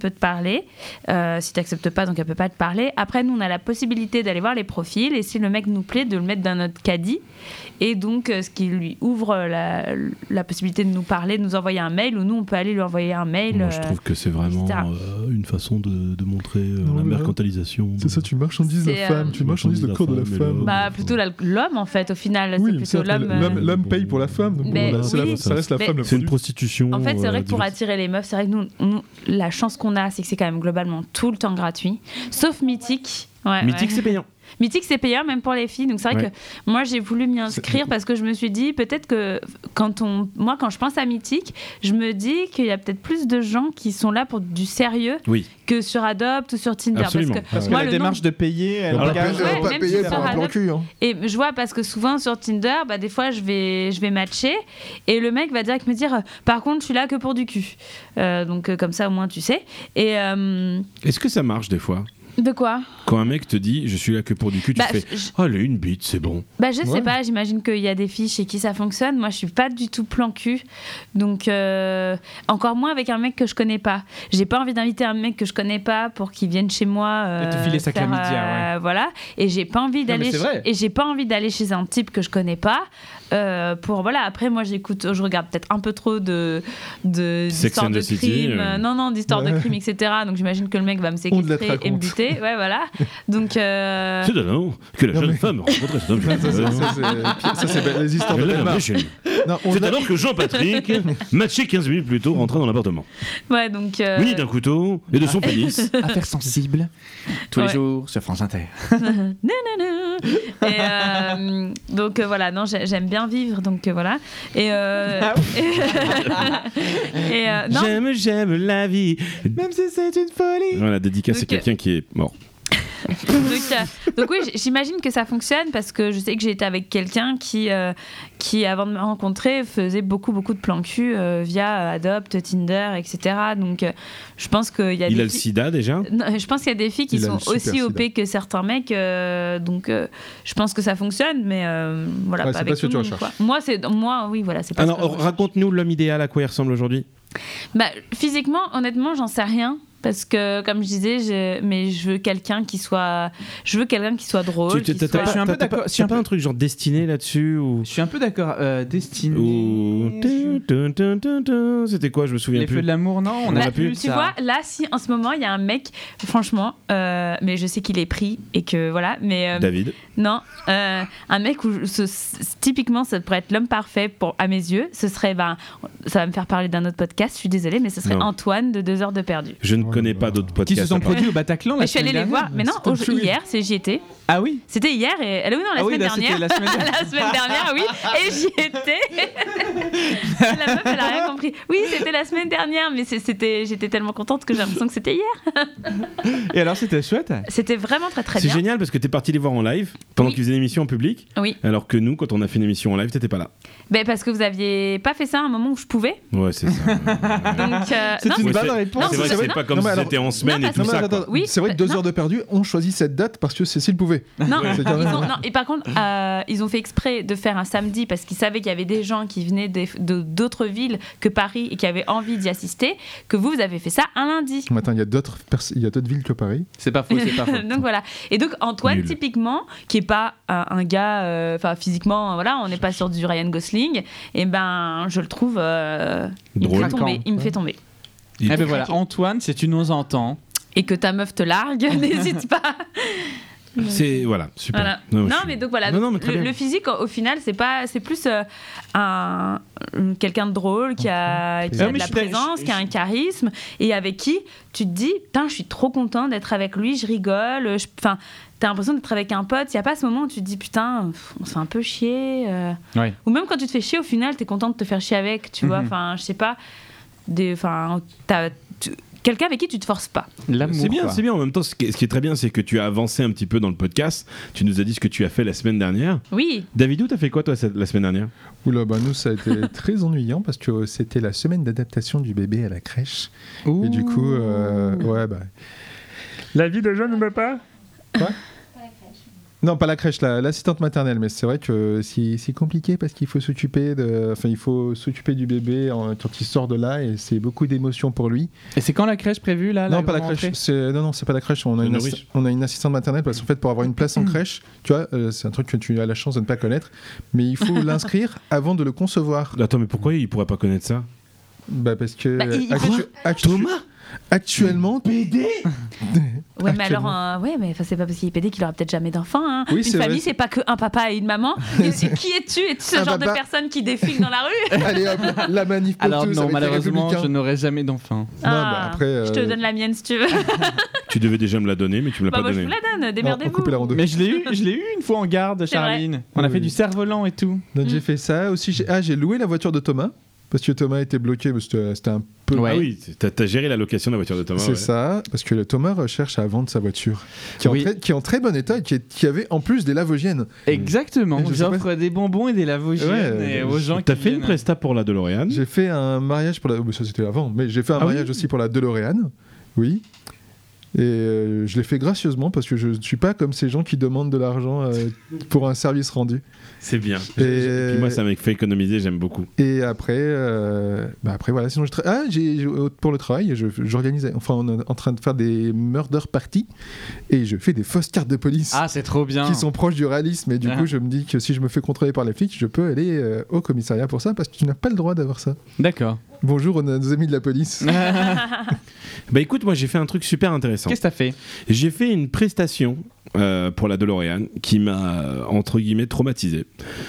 peut te parler. Euh, si tu n'acceptes pas, donc elle peut pas te parler. Après, nous, on a la possibilité d'aller voir les profils et si le mec nous plaît, de le mettre dans notre caddie. Et donc, euh, ce qui lui ouvre la, la possibilité de nous parler, de nous envoyer un mail, ou nous, on peut aller lui envoyer un mail. Moi, euh, je trouve que c'est vraiment et cetera. euh, une façon de, de montrer euh, Non, la mais mercantilisation. C'est ça, tu marchandises la C'est, femme, euh, tu marchandises le corps de la marchandises la femme. femme et Bah, le- plutôt la- l'homme, en fait, au final. Oui, c'est mais plutôt certes, l'homme. l'homme, euh, l'homme paye pour la femme, donc Mais bon, là, c'est la- oui. ça reste la Mais femme. le C'est une produit. prostitution. En fait, c'est vrai euh, que pour diverse. attirer les meufs, c'est vrai que nous, nous, la chance qu'on a, c'est que c'est quand même globalement tout le temps gratuit. Sauf Mythique. Ouais, Mythique, ouais. c'est payant. Mythique, c'est payant même pour les filles. Donc c'est vrai Ouais. que moi, j'ai voulu m'y inscrire parce que je me suis dit, peut-être que quand on, moi, quand je pense à Mythique, je me dis qu'il y a peut-être plus de gens qui sont là pour du sérieux Oui. que sur Adopt ou sur Tinder. Absolument. Parce que, Parce que moi, la le démarche nombre- de payer, elle On va engage. Ouais, pas- on va même payer si pour ça un plan adopte- cul. hein. Et je vois parce que souvent sur Tinder, bah, des fois je vais, je vais matcher et le mec va direct me dire euh, par contre je suis là que pour du cul. Euh, donc euh, comme ça au moins tu sais. Et euh, Est-ce que ça marche des fois de quoi quand un mec te dit je suis là que pour du cul, tu Bah, fais je- oh, elle a une bite, c'est bon. Bah je sais Ouais. pas, j'imagine qu'il y a des filles chez qui ça fonctionne. Moi je suis pas du tout plan cul. Donc euh, encore moins avec un mec que je connais pas. J'ai pas envie d'inviter un mec que je connais pas pour qu'il vienne chez moi euh, De te filer sa faire, chlamydia, euh, voilà. Et j'ai pas envie d'aller mais c'est chez- vrai. et j'ai pas envie d'aller chez un type que je connais pas euh, pour voilà. Après moi j'écoute, je regarde peut-être un peu trop de de Sex d'histoires and de the City, crimes. euh. Non non d'histoires de Ouais. crimes et cetera. Donc j'imagine que le mec va me On te la séquestrer et me raconte. buter. Ouais voilà. Donc euh, C'est alors que la Non, jeune mais- femme rencontrait cet homme. Ça, c'est- ça, c'est- ça, c'est les histoires de Elle l'a Belmar. amené chez lui. Non, on C'est a- alors que Jean-Patrick, matché quinze minutes plus tôt, rentrait dans l'appartement. ouais donc euh, Muni d'un couteau et de son pénis. Affaires sensibles. Tous les Ouais. jours sur France Inter. Nanana. Et euh, donc euh, voilà, non, j'ai- j'aime bien vivre, donc euh, voilà. Et, euh, et, et, euh, non, J'aime, j'aime la vie. Même si c'est une folie. Voilà, dédicace à Donc, quelqu'un qui est mort. donc, euh, donc oui, j- j'imagine que ça fonctionne parce que je sais que j'ai été avec quelqu'un qui, euh, qui avant de me rencontrer, faisait beaucoup beaucoup de plans cul euh, via Adopt, Tinder, et cetera. Donc euh, je pense qu'il y a Il des a le filles- sida déjà. Non, je pense qu'il y a des filles qui Il a sont le super aussi sida. O P que certains mecs, euh, donc euh, je pense que ça fonctionne, mais euh, voilà, Ouais, pas c'est avec pas ce que tout le tu monde, recherches. quoi. Moi, c'est moi, oui, voilà, c'est pas. ce que Alors, je recherche. raconte-nous l'homme idéal, à quoi il ressemble aujourd'hui. Bah, physiquement, honnêtement, j'en sais rien. Parce que, comme je disais, je... mais je veux quelqu'un qui soit, je veux quelqu'un qui soit drôle. Tu- qui t'as- soit- t'as Je suis un peu t'as- t'as d'accord, pas- je suis t'as un pas peu- un truc genre destiné là-dessus ou Je suis un peu d'accord. Euh, Destiné. ou Je- Tun, tun, tun, tun. C'était quoi? Je me souviens Les plus. feux de l'amour, non On Bah, aurait pu. tu vois, là, si en ce moment il y a un mec, franchement, euh, mais je sais qu'il est pris et que voilà, mais euh, David. non, euh, un mec où je- ce- ce- typiquement ça pourrait être l'homme parfait pour à mes yeux, ce serait, ben, ça va me faire parler d'un autre podcast, je suis désolée, mais ce serait Non. Antoine de deux heures de perdu. Je ne Oh connais là pas là. d'autres Qui podcasts. se sont à part- produits au Bataclan Mais la je suis allée semaine les dernière. voir, mais non, C'était au- le hier, c'est j'y étais. Ah oui. C'était hier et elle oui non la Ah oui, semaine là, c'était dernière. la semaine dernière. La semaine dernière, oui, et j'y étais. La meuf, elle a rien compris. Oui, c'était la semaine dernière, mais c'est- c'était, j'étais tellement contente que j'ai l'impression que c'était hier. Et alors, c'était chouette. C'était vraiment très très C'est bien. génial parce que t'es parti les voir en live pendant Oui. qu'ils faisaient l'émission en public, Oui, alors que nous, quand on a fait une émission en live, t'étais pas là. ben, parce que vous aviez pas fait ça à un moment où je pouvais. Ouais, c'est ça. Donc, euh, C'est non, une Ouais, bonne c'est- réponse. Non, c'est vrai c'est que c'est vrai. pas comme Non, si mais alors- c'était en semaine Non, et parce tout Non, mais ça. attends, quoi. attends, Oui, c'est vrai que bah, deux non. heures de perdu, on choisit cette date parce que Cécile pouvait. non, C'est ils carrément- ont- non, et par contre, euh, ils ont fait exprès de faire un samedi parce qu'ils savaient qu'il y avait des gens qui venaient des- de- d'autres villes que Paris et qui avaient envie d'y assister, que vous, vous avez fait ça un lundi. Mais attends, il y a d'autres pers- il y a d'autres villes que Paris. C'est pas faux, c'est pas faux. Donc voilà. Et donc Antoine, Nul. typiquement, qui est pas un, un gars, euh, enfin physiquement, voilà, on n'est pas sur du Ryan Gosling. Et ben, je le trouve, euh, il me Drôle. fait tomber. Craquant. Il me fait tomber. Il- Eh ben voilà, Antoine, si tu nous entends, Et que ta meuf te largue, n'hésite pas. C'est voilà, super. Voilà. Non, Non, je suis- mais donc voilà. Non, donc, non, mais très le, bien. le physique, au, au final, c'est pas, c'est plus euh, un quelqu'un de drôle qui a, qui Ah, a mais de la je suis d'accord, présence, je- qui a un charisme et avec qui tu te dis, putain, je suis trop content d'être avec lui, je rigole. je- Enfin, t'as l'impression d'être avec un pote. Il y a pas ce moment où tu te dis, putain, pff, on se fait un peu chier. euh. Ouais. Ou même quand tu te fais chier, au final, t'es content de te faire chier avec. Tu vois. Mhm. Enfin, je sais pas. Des, enfin, t'as- tu- quelqu'un avec qui tu te forces pas. l'amour. C'est bien, quoi. c'est bien. En même temps, ce qui est, ce qui est très bien, c'est que tu as avancé un petit peu dans le podcast. Tu nous as dit ce que tu as fait la semaine dernière. Oui. Davidou, t'as fait quoi toi cette- la semaine dernière? Oula, bah nous, ça a été très ennuyant parce que c'était la semaine d'adaptation du bébé à la crèche. Et du coup, euh, ouais, bah. La vie de jeune ne veut pas. Pas la crèche. Non, pas la crèche, la- l'assistante maternelle, mais c'est vrai que c'est, c'est compliqué parce qu'il faut s'occuper de, enfin, il faut s'occuper du bébé en- quand il sort de là et c'est beaucoup d'émotions pour lui. Et c'est quand la crèche prévue là non, pas la crèche. C'est, non, non, c'est pas la crèche. On a, Le une, nourrice. assi- on a une assistante maternelle parce qu'en fait, pour avoir une place en crèche, tu vois, euh, c'est un truc que tu as la chance de ne pas connaître, mais il faut l'inscrire avant de le concevoir. Attends, mais pourquoi il pourrait pas connaître ça? Bah parce que Bah, il- il actu- faut- actu- actuellement, Ouais, mais Actuellement. alors, euh, ouais, mais enfin, c'est pas parce qu'il est pédé qu'il aura peut-être jamais d'enfant. Hein. Oui, Une c'est famille, vrai. c'est pas que un papa et une maman. Et c'est- qui es-tu? Es-tu ce Un genre papa. de personne qui défile dans la rue? allez hop, la manif pour Alors tous. non, avec les malheureusement, je Républicains. n'aurai jamais d'enfant. Non, bah, après, Je te euh, donne la mienne si tu veux. Tu devais déjà me la donner, mais tu me l'as Bah, pas moi, je donnée. vous la donne. on, on Démerdez-vous. coupait la ronde. Mais je l'ai eu, je l'ai eu une fois en garde, C'est vrai. Charline. On a Oui. fait du cerf-volant et tout. Donc Mm. j'ai fait ça aussi. J'ai, ah, j'ai loué la voiture de Thomas parce que Thomas était bloqué. Parce que c'était, c'était un peu. Ouais. Ah oui, t'as, t'as géré la location de la voiture de Thomas. C'est ouais. ça, parce que le Thomas recherche à vendre sa voiture, qui est, Oui. en, très, qui est en très bon état, et qui, est- qui avait en plus des lavogènes. Exactement. Et je sais J'offre des bonbons et des lavogènes Ouais, et aux gens T'as qui fait une viennent. presta pour la DeLorean? J'ai fait un mariage pour la. oh, ça c'était avant, mais j'ai fait un Ah oui mariage aussi pour la DeLorean. Oui. Et euh, je l'ai fait gracieusement parce que je ne suis pas comme ces gens qui demandent de l'argent euh, pour un service rendu. C'est bien. Et- Et puis moi, ça m'a fait économiser, j'aime beaucoup. Et après, euh, bah après voilà, sinon je tra- ah, j'ai, j'ai- pour le travail, je, j'organisais, enfin on est en train de faire des murder parties et je fais des fausses cartes de police Ah, c'est trop bien. qui sont proches du réalisme. Et du Ah. coup, je me dis que si je me fais contrôler par les flics, je peux aller euh, au commissariat pour ça parce que tu n'as pas le droit d'avoir ça. D'accord. Bonjour, on a nos amis de la police. Bah écoute, moi j'ai fait un truc super intéressant. Qu'est-ce que t'as fait? J'ai fait une prestation euh, pour la DeLorean qui m'a euh, entre guillemets traumatisé.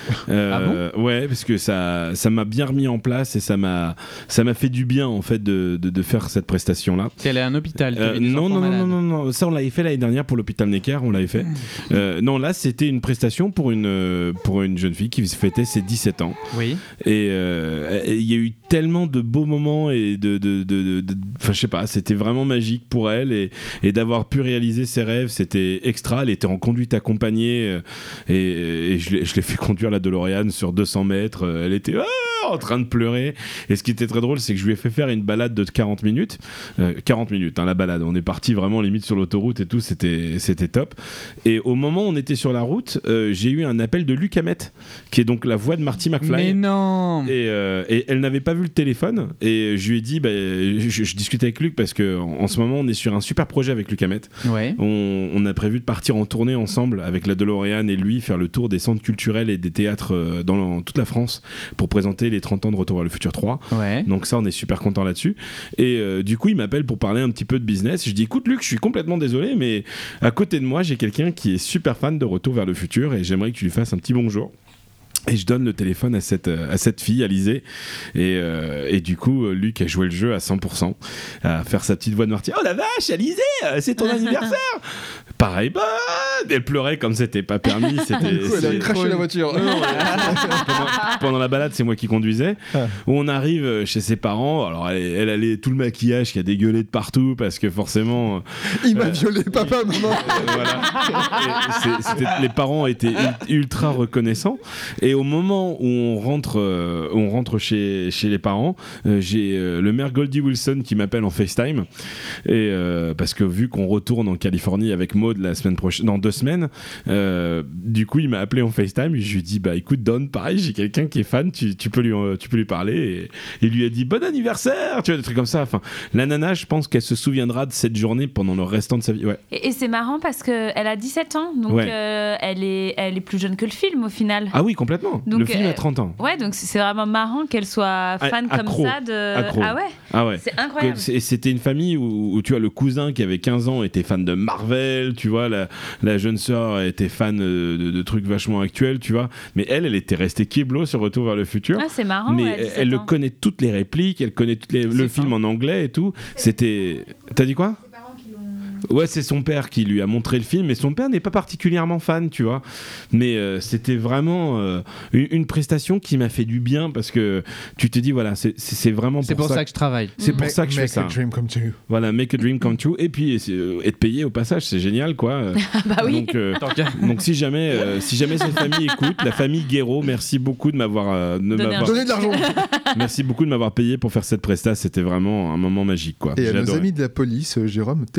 Euh, ouais, parce que ça, ça m'a bien remis en place et ça m'a, ça m'a fait du bien en fait de, de, de faire cette prestation là. T'es allé à un hôpital. Euh, t'avais des non, enfants non, non, malades. non, non, non, ça on l'avait fait l'année dernière pour l'hôpital Necker, on l'avait fait. Euh, non, là c'était une prestation pour une, euh, pour une jeune fille qui fêtait ses dix-sept ans. Oui. Et euh, et il y a eu tellement de beaux moments et de. de, de, de- enfin, je sais pas, c'était vraiment magique pour elle et, et d'avoir pu réaliser ses rêves, c'était extra. Elle était en conduite accompagnée euh, et, et je, l'ai, je l'ai fait conduire la DeLorean sur deux cents mètres. Euh, Elle était ah, en train de pleurer. Et ce qui était très drôle, c'est que je lui ai fait faire une balade de quarante minutes. Euh, quarante minutes, hein, la balade. On est parti vraiment limite sur l'autoroute et tout, c'était, c'était top. Et au moment où on était sur la route, euh, j'ai eu un appel de Luc Hamet, qui est donc la voix de Marty McFly. Mais non. Et, euh, et elle n'avait pas vu le téléphone et je lui ai dit bah, je, je discutais avec Luc parce que en, en ce moment on est sur un super projet avec Luc Hamet. Ouais. On, on a prévu de partir en tournée ensemble avec la DeLorean et lui faire le tour des centres culturels et des théâtres euh, dans toute la France pour présenter les trente ans de Retour vers le futur trois. Ouais. Donc ça on est super content là-dessus et euh, du coup il m'appelle pour parler un petit peu de business. Je dis écoute Luc, je suis complètement désolé mais à côté de moi j'ai quelqu'un qui est super fan de Retour vers le futur et j'aimerais que tu lui fasses un petit bonjour. Et je donne le téléphone à cette, à cette fille, Alizée. Et, euh, et du coup, Luc a joué le jeu à cent pour cent, à faire sa petite voix de Marty. Oh la vache, Alizée, c'est ton anniversaire. Pareil, bah, elle pleurait comme c'était pas permis. C'était, Du coup, elle a c'est- craché la voiture. Non, non, pendant, pendant la balade, c'est moi qui conduisais. Ah. Où on arrive chez ses parents. Alors, elle, elle avait tout le maquillage qui a dégueulé de partout parce que forcément. Il m'a Euh, violé, papa, maman. Euh, voilà. Et c'est- c'était- les parents étaient ul- ultra reconnaissants. Et au moment où on rentre, euh, on rentre chez, chez les parents, euh, j'ai euh, le maire Goldie Wilson qui m'appelle en FaceTime. Et, euh, parce que vu qu'on retourne en Californie avec Maud la semaine prochaine, dans deux semaines, euh, du coup il m'a appelé en FaceTime. Et je lui ai dit bah écoute Don, pareil, j'ai quelqu'un qui est fan, tu, tu peux lui, euh, tu peux lui parler. Et il lui a dit bon anniversaire, tu vois des trucs comme ça. Enfin, la nana, je pense qu'elle se souviendra de cette journée pendant le restant de sa vie. Ouais. Et, et c'est marrant parce qu'elle a dix-sept ans, donc Ouais. euh, elle, est, elle est plus jeune que le film au final. Ah oui, complètement. Donc, le film euh, a trente ans. Ouais, donc c'est c'est vraiment marrant qu'elle soit fan accro. comme ça de. Accro. Ah ouais, Ah ouais. c'est incroyable. Que c'est- C'était une famille où, où, tu vois, le cousin qui avait quinze ans était fan de Marvel, tu vois, la, la jeune sœur était fan de, de, de trucs vachement actuels, tu vois, mais elle, elle était restée kéblo sur Retour vers le futur. Ah, c'est marrant. mais ouais, elle, dix-sept elle le ans. connaît toutes les répliques, elle connaît toutes les, le C'est film fin. en anglais et tout. C'était. T'as dit quoi? Ses parents qui l'ont. Ouais, c'est son père qui lui a montré le film, mais son père n'est pas particulièrement fan, tu vois. Mais euh, c'était vraiment euh, une, une prestation qui m'a fait du bien parce que tu te dis, voilà, c'est, c'est, c'est vraiment C'est pour ça que je travaille. c'est pour Make- ça que je fais make ça. a dream come true. Voilà, make a dream come true. Et puis, et, euh, être payé au passage, c'est génial, quoi. Euh, Bah oui. Donc, euh, Tant qu'à- donc si jamais, euh, si jamais cette famille écoute, la famille Guéraud, merci beaucoup de m'avoir, euh, de Donner m'avoir- un Donnez de l'argent. merci beaucoup de m'avoir payé pour faire cette presta. C'était vraiment un moment magique, quoi. Et à J'ai nos adoré. amis de la police, euh, Jérôme, téléphone au volant.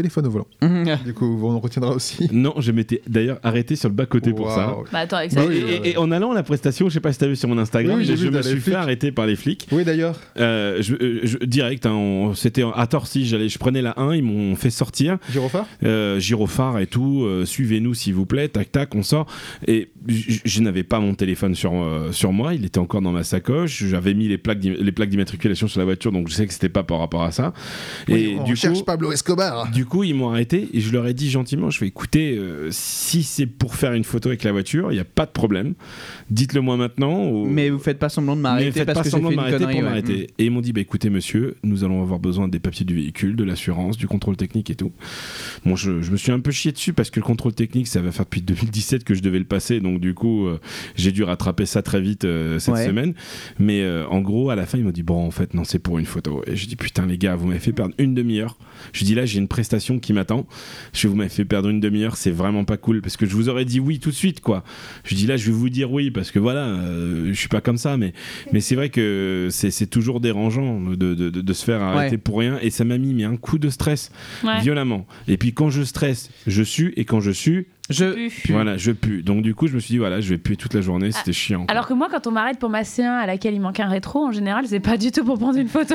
voiture. Du coup, on retiendra aussi. Non, je m'étais d'ailleurs arrêté sur le bas-côté pour ça. Waouh. Bah attends, avec Et, ça. oui, et- oui. et en allant à la prestation, je sais pas si t'as vu sur mon Instagram, Oui, oui, j'ai je vu, me t'as suis les fait flics. arrêter par les flics. Oui, d'ailleurs. Euh, je, euh, je- direct, hein, on- c'était à Torcy, j'allais, je prenais la un, ils m'ont fait sortir, Gyrophare euh, gyrophare et tout, euh, suivez-nous s'il vous plaît, tac tac, on sort. Et je, je n'avais pas mon téléphone sur, euh, sur moi, il était encore dans ma sacoche, j'avais mis les plaques, d'im- les plaques d'immatriculation sur la voiture, donc je sais que c'était pas par rapport à ça. Oui, Et on du cherche coup, Pablo Escobar. du coup, ils m'ont arrêté et je leur ai dit gentiment, je fais écoutez, euh, si c'est pour faire une photo avec la voiture, il n'y a pas de problème, dites-le moi maintenant. Ou... Mais vous faites pas semblant de Mais m'arrêter faites parce pas que j'ai semblant fait de une m'arrêter connerie. pour ouais. m'arrêter. Et ils m'ont dit bah écoutez monsieur, nous allons avoir besoin des papiers du véhicule, de l'assurance, du contrôle technique et tout. Bon, je, je me suis un peu chié dessus parce que le contrôle technique, ça va faire depuis deux mille dix-sept que je devais le passer, donc du coup, euh, j'ai dû rattraper ça très vite euh, cette Ouais. semaine. Mais euh, en gros, à la fin, ils m'ont dit bon, en fait, non, c'est pour une photo. Et je dis putain les gars, vous m'avez fait perdre une demi-heure. Je dis là, j'ai une prestation qui m'attend. Je dis vous m'avez fait perdre une demi-heure, c'est vraiment pas cool parce que je vous aurais dit oui tout de suite quoi. Je dis là, je vais vous dire oui parce que voilà, euh, je suis pas comme ça, mais mais c'est vrai que c'est, c'est toujours dérangeant de, de, de, de se faire arrêter Ouais. pour rien et ça m'a mis mais un coup de stress Ouais. violemment. Et puis quand je stresse, je sue et quand je sue, Je Pu. voilà, je pue. Donc du coup, je me suis dit voilà, je vais puer toute la journée, c'était chiant. quoi. Alors que moi, quand on m'arrête pour ma C un à laquelle il manque un rétro, en général, c'est pas du tout pour prendre une photo.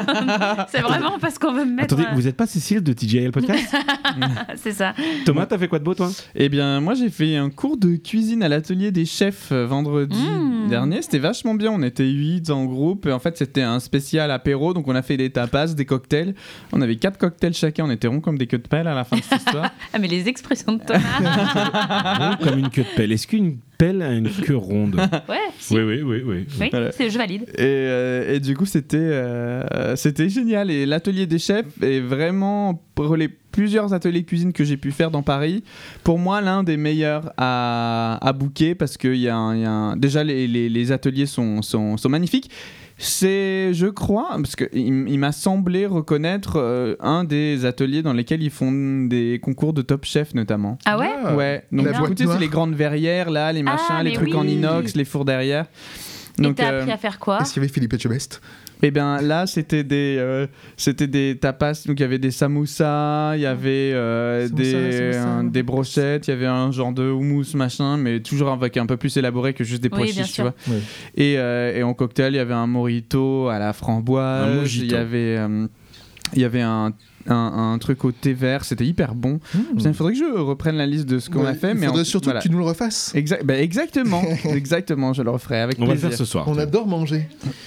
C'est vraiment parce qu'on veut me mettre. Attendez, euh, vous êtes pas Cécile de T J L Podcast? C'est ça. Thomas, t'as fait quoi de beau toi? Eh bien, moi j'ai fait un cours de cuisine à l'atelier des chefs euh, vendredi Mmh. dernier. C'était vachement bien. On était huit en groupe. Et en fait, c'était un spécial apéro. Donc, on a fait des tapas, des cocktails. On avait quatre cocktails chacun. On était ronds comme des queues de pelle à la fin de cette histoire. Ah, mais les expressions de Thomas. Rond comme une queue de pelle. Est-ce qu'une pelle a une queue ronde? Ouais, si. Oui, oui, oui, oui. Oui, Voilà. c'est, je valide. Et, euh, et du coup, c'était euh, c'était génial. Et l'atelier des chefs est vraiment, pour les plusieurs ateliers cuisine que j'ai pu faire dans Paris, pour moi, l'un des meilleurs à, à booker parce que y a un, y a un- déjà, les, les, les ateliers sont, sont, sont magnifiques. C'est, je crois, parce qu'il il m'a semblé reconnaître euh, un des ateliers dans lesquels ils font des concours de Top Chef notamment. Ah ouais Ah, Ouais, donc la du boîte coup, tu sais, noire. c'est les grandes verrières là, les machins, Ah, les mais trucs oui. en inox, les fours derrière. Et Donc, t'as euh, appris à faire quoi? Est-ce qu'il y avait Philippe Etchebest? eh bien là, c'était des, euh, c'était des tapas, donc il y avait des samoussas, il y avait euh, Samoussa, des, samoussa. un- des brochettes, il y avait un genre de houmous machin, mais toujours avec un peu plus élaboré que juste des pois Oui, bien chiches, tu sûr. vois. Oui. Et, euh, et en cocktail, il y avait un mojito à la framboise, Un mojito. il y avait, euh, il y avait un, un, un truc au thé vert, c'était hyper bon. Putain, il faudrait que je reprenne la liste de ce qu'on Ouais, a fait, il mais faudrait en- surtout voilà. que tu nous le refasses. Exact, bah exactement, exactement, je le referai avec On va le plaisir. faire ce soir. On adore manger.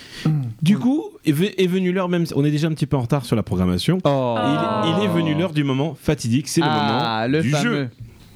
Du coup, est ve- est venu l'heure même. On est déjà un petit peu en retard sur la programmation. Oh. Il, il est venu l'heure du moment fatidique. C'est le Ah, moment le du fameux. jeu.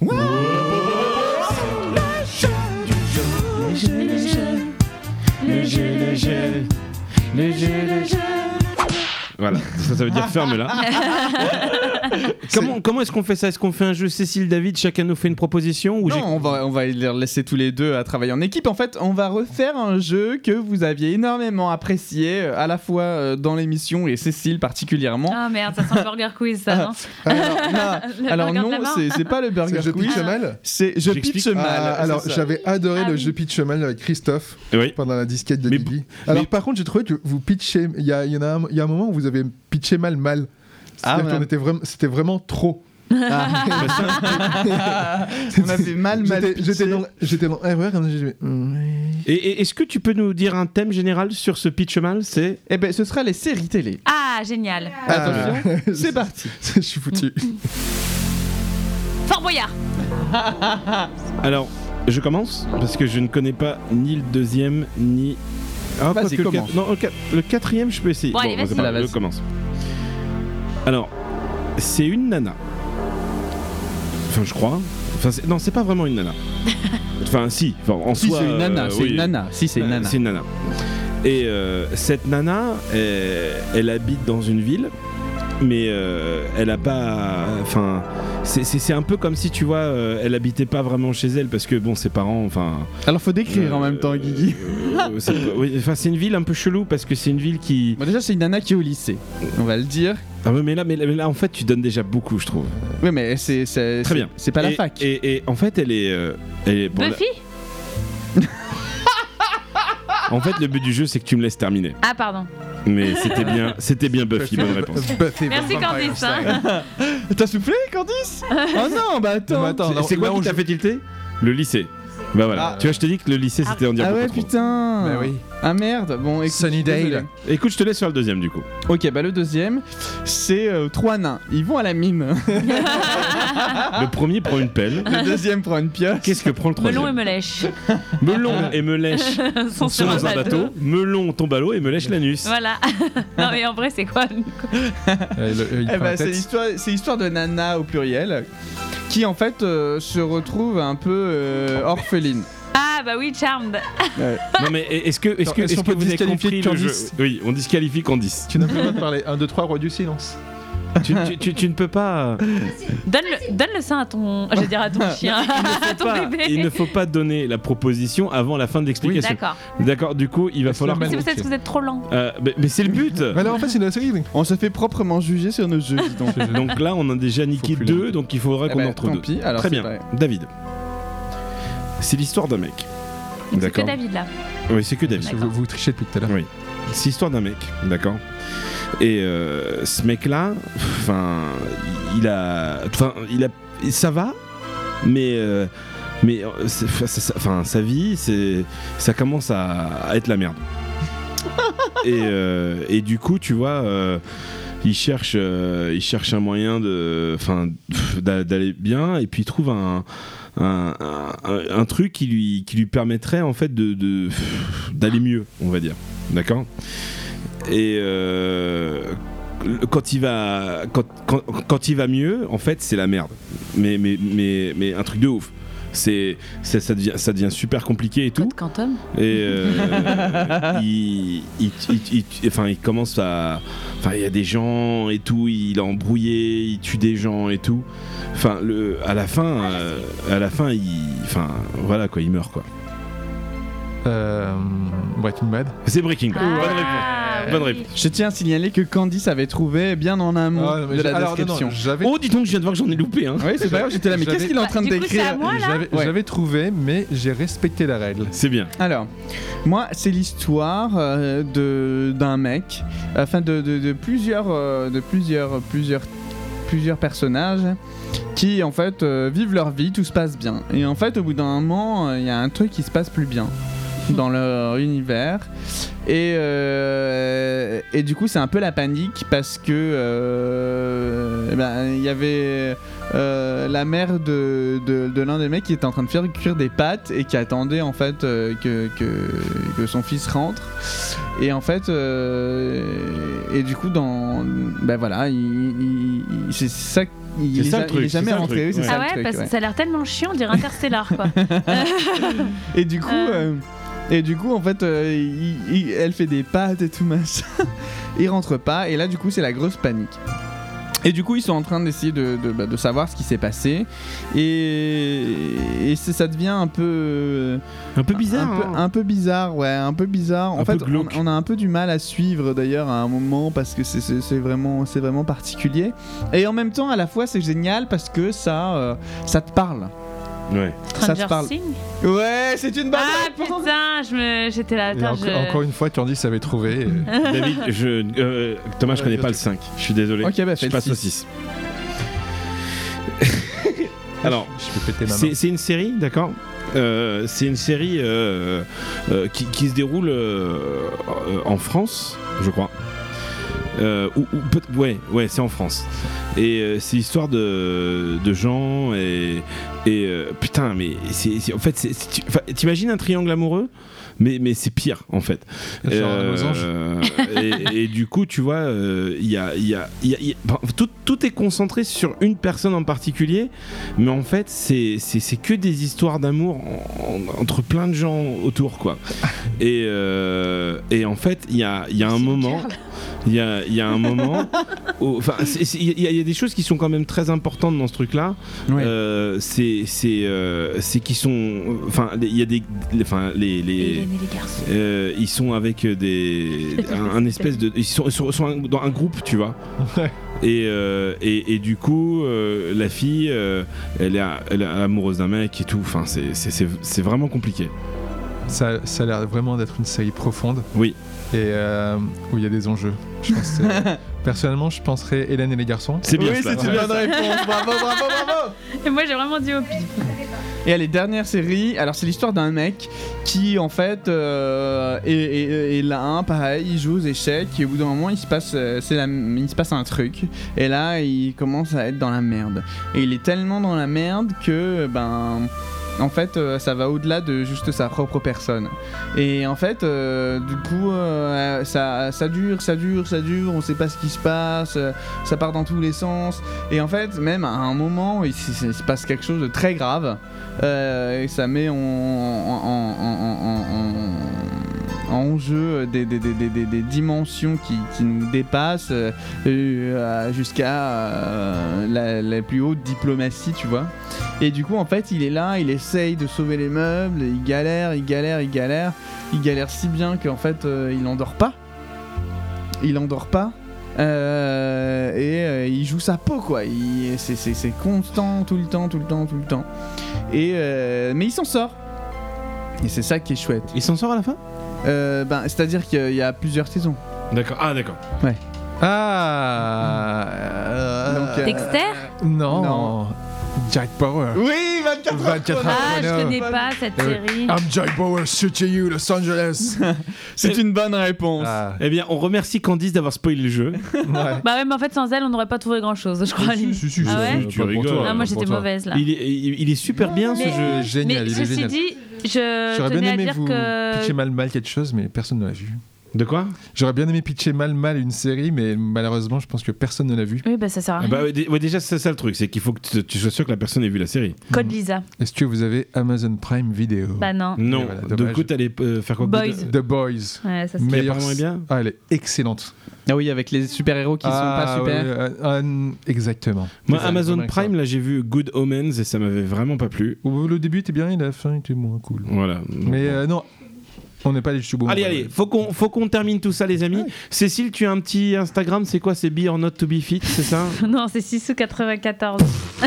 Voilà, ça, ça veut dire ferme-la. comment comment est-ce qu'on fait ça? Est-ce qu'on fait un jeu Cécile David, chacun nous fait une proposition ou j'ai- Non, on va, on va les laisser tous les deux à travailler en équipe. En fait, on va refaire un jeu que vous aviez énormément apprécié, euh, à la fois euh, dans l'émission et Cécile particulièrement. Ah merde, ça sent le burger quiz, ça, non? Alors, non, Le alors burger de non, la main. c'est, c'est pas le C'est burger le jeu quiz. pitch mal. C'est je J'explique. pitch mal. Ah, c'est alors ça. j'avais adoré Ah le oui. jeu pitch mal avec Christophe Oui. pendant la disquette de Mais- Guigui. Alors mais- par contre j'ai trouvé que vous pitchez, il y, a- il y en a un, il y a un moment où vous avez pitché mal mal. Ah, C'est-à-dire ouais. qu'on était vraiment, c'était vraiment trop. Ah. On a fait mal, mal. J'étais, pitché. j'étais dans, j'étais dans erreur comme ça, j'ai dit, mm, Et, et est-ce que tu peux nous dire un thème général sur ce pitch mal? C'est Eh ben, ce sera les séries télé. Ah, génial. Attention, Ah. c'est parti. je suis foutu. Fort Boyard. alors je commence parce que je ne connais pas ni le deuxième ni. Ah, Vas-y, parce que le, commence. quat- non, le quat- le quatrième, je peux essayer. Bon, allez, vas-y. c'est pas grave, Vas-y. je commence. Alors, c'est une nana. Enfin, je crois. Enfin, c'est- non, c'est pas vraiment une nana. Enfin, si. Enfin, en Si, soi, c'est une nana. euh, c'est oui. une nana. Si, c'est une Euh, nana. C'est une nana. Et euh, cette nana, elle, elle habite dans une ville, mais euh, elle a pas. Enfin, c'est- c'est c'est un peu comme si tu vois, euh, elle habitait pas vraiment chez elle parce que bon, ses parents, enfin. Alors, faut décrire en euh, même temps, Guigui. euh, c'est pas- oui, enfin, c'est une ville un peu chelou parce que c'est une ville qui. Bon, déjà, c'est une nana qui est au lycée. On va le dire. Ah ouais, mais là, mais là, mais là, en fait, tu donnes déjà beaucoup, je trouve. Oui, mais c'est, c'est, Très c'est- bien. c'est pas la Et- fac. Et, et en fait, elle est. euh, elle est bon, Buffy? En fait, le but du jeu, c'est que tu me laisses terminer. Ah, pardon. Mais c'était bien, c'était bien Buffy, bonne réponse. Buffy Merci Vampire Candice. Slayer. Hein. T'as soufflé, Candice? Oh non, bah attends. Non, mais attends, C'est- là, C'est quoi là, qui on t'a joue- fait tilter? Le lycée. Bah voilà. Ah. Tu vois, je t'ai dit que le lycée, c'était en dire Ah ouais, beaucoup trop. putain. Bah oui. Ah merde. Bon, écoute, Sunnydale. désolé. Écoute, je te laisse faire le deuxième du coup. Ok, bah le deuxième, c'est euh, trois nains. Ils vont à la mine. Le premier prend une pelle. Le deuxième prend une pioche. Qu'est-ce que prend le Melon et troisième? me lèche. Melon et me lèche Sont sur un bateau. Melon tombe à l'eau et me lèche l'anus. Voilà. Non mais en vrai c'est quoi? Euh, le- il Eh prend bah, la c'est tête. l'histoire, c'est l'histoire de Nana au pluriel, qui en fait euh, se retrouve un peu euh, orpheline. Ah bah oui, Charmed. Non mais est-ce que, est-ce que, Est-ce est-ce qu'on que peut vous avez disqualifier compris le jeu? Candice? Oui, on disqualifie Candice. Tu n'as plus le droit de parler. un, deux, trois, roi du silence. tu, tu, tu, tu ne peux pas. Donne le, donne le sein à ton... Je vais dire à ton chien. À ton pas- bébé. il ne faut pas donner la proposition avant la fin de l'explication. D'accord. D'accord. Du coup, il va Est-ce falloir. que Mais c'est Ok. peut-être que vous êtes trop lent. Euh, mais mais c'est le but. Mais là, en fait, c'est une série. On se fait proprement juger sur nos jeux, dis donc. Donc là, on a déjà niqué plus deux, lire. donc il faudrait Eh qu'on ben, en retrouve tant deux. pis, alors Très c'est bien. vrai. David. C'est l'histoire d'un mec. Donc c'est D'accord. que David là. Oui, c'est que David. Vous, vous trichez depuis tout à l'heure. Oui. C'est l'histoire d'un mec, d'accord. Et euh, ce mec-là, enfin, il a, enfin, il a, ça va, mais, euh, mais, euh, c'est- ça- ça- enfin, sa vie, c'est, ça commence à, à être la merde. et, euh, et du coup, tu vois. Euh, il cherche, euh, il cherche un moyen de, enfin, d'a- d'aller bien, et puis il trouve un, un, un- un truc qui lui, qui lui permettrait en fait de, de- d'aller mieux, on va dire, d'accord. Et euh, quand il va, quand, quand, quand il va mieux, en fait, c'est la merde, mais, mais, mais, mais un truc de ouf. C'est, c'est- ça, devient, ça devient super compliqué et tout. Code Quantum. Et euh, il, il, il- il- enfin, il commence à. Enfin, il y a des gens et tout, il a embrouillé, il tue des gens et tout. Enfin, le, à la fin, euh, à la fin, il. Enfin, voilà quoi, il meurt quoi. Euh, Breaking Bad. C'est Breaking Bad. Ah, Bonne réponse. oui. Bonne réponse. Je tiens à signaler que Candice avait trouvé bien en amont Ah, non, mais de j'ai- la alors, non, non, description. j'avais Oh, dis donc, je viens de voir que j'en ai loupé. Hein. Oui, c'est pas grave, j'étais là, mais J'avais- qu'est-ce qu'il est en train de Bah, du coup, c'est décrire? à moi, là j'avais Ouais. j'avais trouvé, mais j'ai respecté la règle. C'est bien. Alors, moi, c'est l'histoire euh, de d'un mec, enfin de, de, de plusieurs, euh, de plusieurs, plusieurs, plusieurs personnages qui en fait euh, vivent leur vie, tout se passe bien. Et en fait, au bout d'un moment, il y a un truc qui se passe plus bien dans leur univers. Et, euh, et du coup, c'est un peu la panique parce que euh, eh ben, il y avait euh, la mère de, de, de l'un des mecs qui était en train de faire cuire des pâtes et qui attendait en fait euh, que, que, que son fils rentre. Et en fait, euh, et du coup, dans, ben voilà, il, il- il- c'est ça. Il, C'est est ça le ja- truc, il est c'est jamais ça le rentré. truc, Oui, c'est ouais. ça Ah le ouais, truc, parce que ouais. ça a l'air tellement chiant, on dirait Interstellar quoi. Et du coup, Euh. euh, et du coup, en fait, euh, il- il- elle fait des pâtes et tout machin. Il rentre pas, et là, du coup, c'est la grosse panique. Et du coup, ils sont en train d'essayer de, de, bah, de savoir ce qui s'est passé, et, et c'est- ça devient un peu, Un peu bizarre. un peu, hein. un peu bizarre, ouais, un peu bizarre. En Un peu fait, on, glauque. on a un peu du mal à suivre d'ailleurs à un moment parce que c'est- c'est c'est vraiment, c'est vraiment particulier. Et en même temps, à la fois, c'est génial parce que ça, euh, ça te parle. Ouais. Ça te Stranger parle. Things. Ouais, c'est une bonne Ah réponse. putain, je me... j'étais là. Et Attends, enco- je... encore une fois, Candice avait trouvé. et- David, je, euh, Thomas, je connais pas le cinq. Je suis désolé. Ok, bah, fais je le passe au six. six. Alors, Je peux péter ma main. c'est c'est une série, d'accord. Euh, c'est une série euh, euh, qui, qui se déroule euh, euh, en France, je crois. Euh, ou, ou peut- ouais, ouais, c'est en France. Et euh, c'est l'histoire de, de gens et, et euh, putain, mais c'est c'est- en fait, c'est- c'est- tu- enfin, t'imagines un triangle amoureux, mais mais c'est pire en fait. Genre un losange. Euh, et, et du coup, tu vois, euh, il y a, il y a, il y a- il y a- bon, tout, tout est concentré sur une personne en particulier, mais en fait, c'est c'est c'est que des histoires d'amour en- en- entre plein de gens autour, quoi. Et euh, et en fait, il y a il y a un moment. Il y a, il y a un moment où- enfin, c'est- c'est- il y, a- il y a des choses qui sont quand même très importantes dans ce truc-là. Ouais. Euh, c'est c'est euh, c'est qu'ils sont, enfin, les- il y a des, les- enfin, les, les, Hélène et les garçons. euh, ils sont avec des, un, un espèce de, ils sont, ils sont- sont un- dans un groupe, tu vois. Ouais. Et, euh, et, et du coup, euh, la fille, euh, elle, est, elle est amoureuse d'un mec et tout. Enfin, c'est- c'est c'est- c'est vraiment compliqué. Ça, ça a l'air vraiment d'être une série profonde. Oui. Et euh, où il y a des enjeux. Je pense que c'est- Personnellement, je penserais Hélène et les garçons. C'est bien Oui, cela. c'est une bonne réponse. Bravo, bravo, bravo. Et moi, j'ai vraiment dit au pif. Et allez, dernière série. Alors, c'est l'histoire d'un mec qui, en fait, euh, est, est- est là, pareil, il joue aux échecs. Et au bout d'un moment, il se passe, euh, c'est la- il se passe un truc. Et là, il commence à être dans la merde. Et il est tellement dans la merde que, ben. En fait, euh, ça va au-delà de juste sa propre personne. Et en fait, euh, du coup, euh, ça, ça dure, ça dure, ça dure, on sait pas ce qui se passe, euh, ça part dans tous les sens. Et en fait, même à un moment, il, s- il se passe quelque chose de très grave. euh, et ça met en, en, en, en, en- en jeu des, des, des, des, des- des dimensions qui, qui nous dépassent euh, euh, jusqu'à euh, la, la plus haute diplomatie, tu vois. Et du coup, en fait, il est là, il essaye de sauver les meubles, et il galère, il galère, il galère. Il galère si bien qu'en fait, euh, il endort pas. Il endort pas. Euh, et euh, il joue sa peau, quoi. Il- C'est, c'est, c'est constant, tout le temps, tout le temps, tout le temps. Et, euh, mais il s'en sort. Et c'est ça qui est chouette. Il s'en sort à la fin? Euh, ben, c'est-à-dire qu'il y a plusieurs saisons. D'accord. Ah, d'accord. Ah euh, Donc, euh, Dexter Non. Non. Jack Bauer. Oui, vingt-quatre heures vingt-quatre chrono. Ah, je non. connais pas cette Euh, série. I'm Jack Bauer, such a you, Los Angeles. C'est une bonne réponse. Ah, Eh bien, on remercie Candice d'avoir spoilé le jeu. ouais. Bah ouais, mais en fait, sans elle, on n'aurait pas trouvé grand-chose, je crois. Si, si, si, Ah si, ouais si, Tu pas pour rigoles. toi, Ah, moi, pas j'étais pour toi. mauvaise, là. Il est, il, il est super bien ce Mais- jeu. Mais Génial, il est ceci génial. dit, je J'aurais tenais bien à aimé dire vous que... pitcher mal mal quelque chose, mais personne ne l'a vu. De quoi? J'aurais bien aimé pitcher mal mal une série, mais malheureusement, je pense que personne ne l'a vu. Oui, bah ça sert à Ah rien. bah, ouais, dé- ouais, déjà, c'est ça le truc, c'est qu'il faut que tu, tu sois sûr que la personne ait vu la série. Code Lisa. Est-ce que vous avez Amazon Prime Video? Bah non. Non. voilà, Donc, dommage. coup, t'allais euh, faire quoi? Boys. The Boys. Ouais, ça se Qui Meilleure- apparemment est bien. Ah, elle est excellente. Ah oui, avec les super-héros qui sont pas super. ouais, ouais, euh, exactement. Moi, C'est ça, Amazon vraiment Prime, là, j'ai vu Good Omens et ça m'avait vraiment pas plu. ça. Le début était bien et la fin était moins cool. Voilà. Donc, Mais bon. euh, non, on n'est pas les chubos. Allez, allez, faut qu'on, faut qu'on termine tout ça, les amis. Cécile, tu as un petit Instagram, c'est quoi? C'est Be or Not to Be Fit, c'est ça? Non, c'est six ou quatre-vingt-quatorze.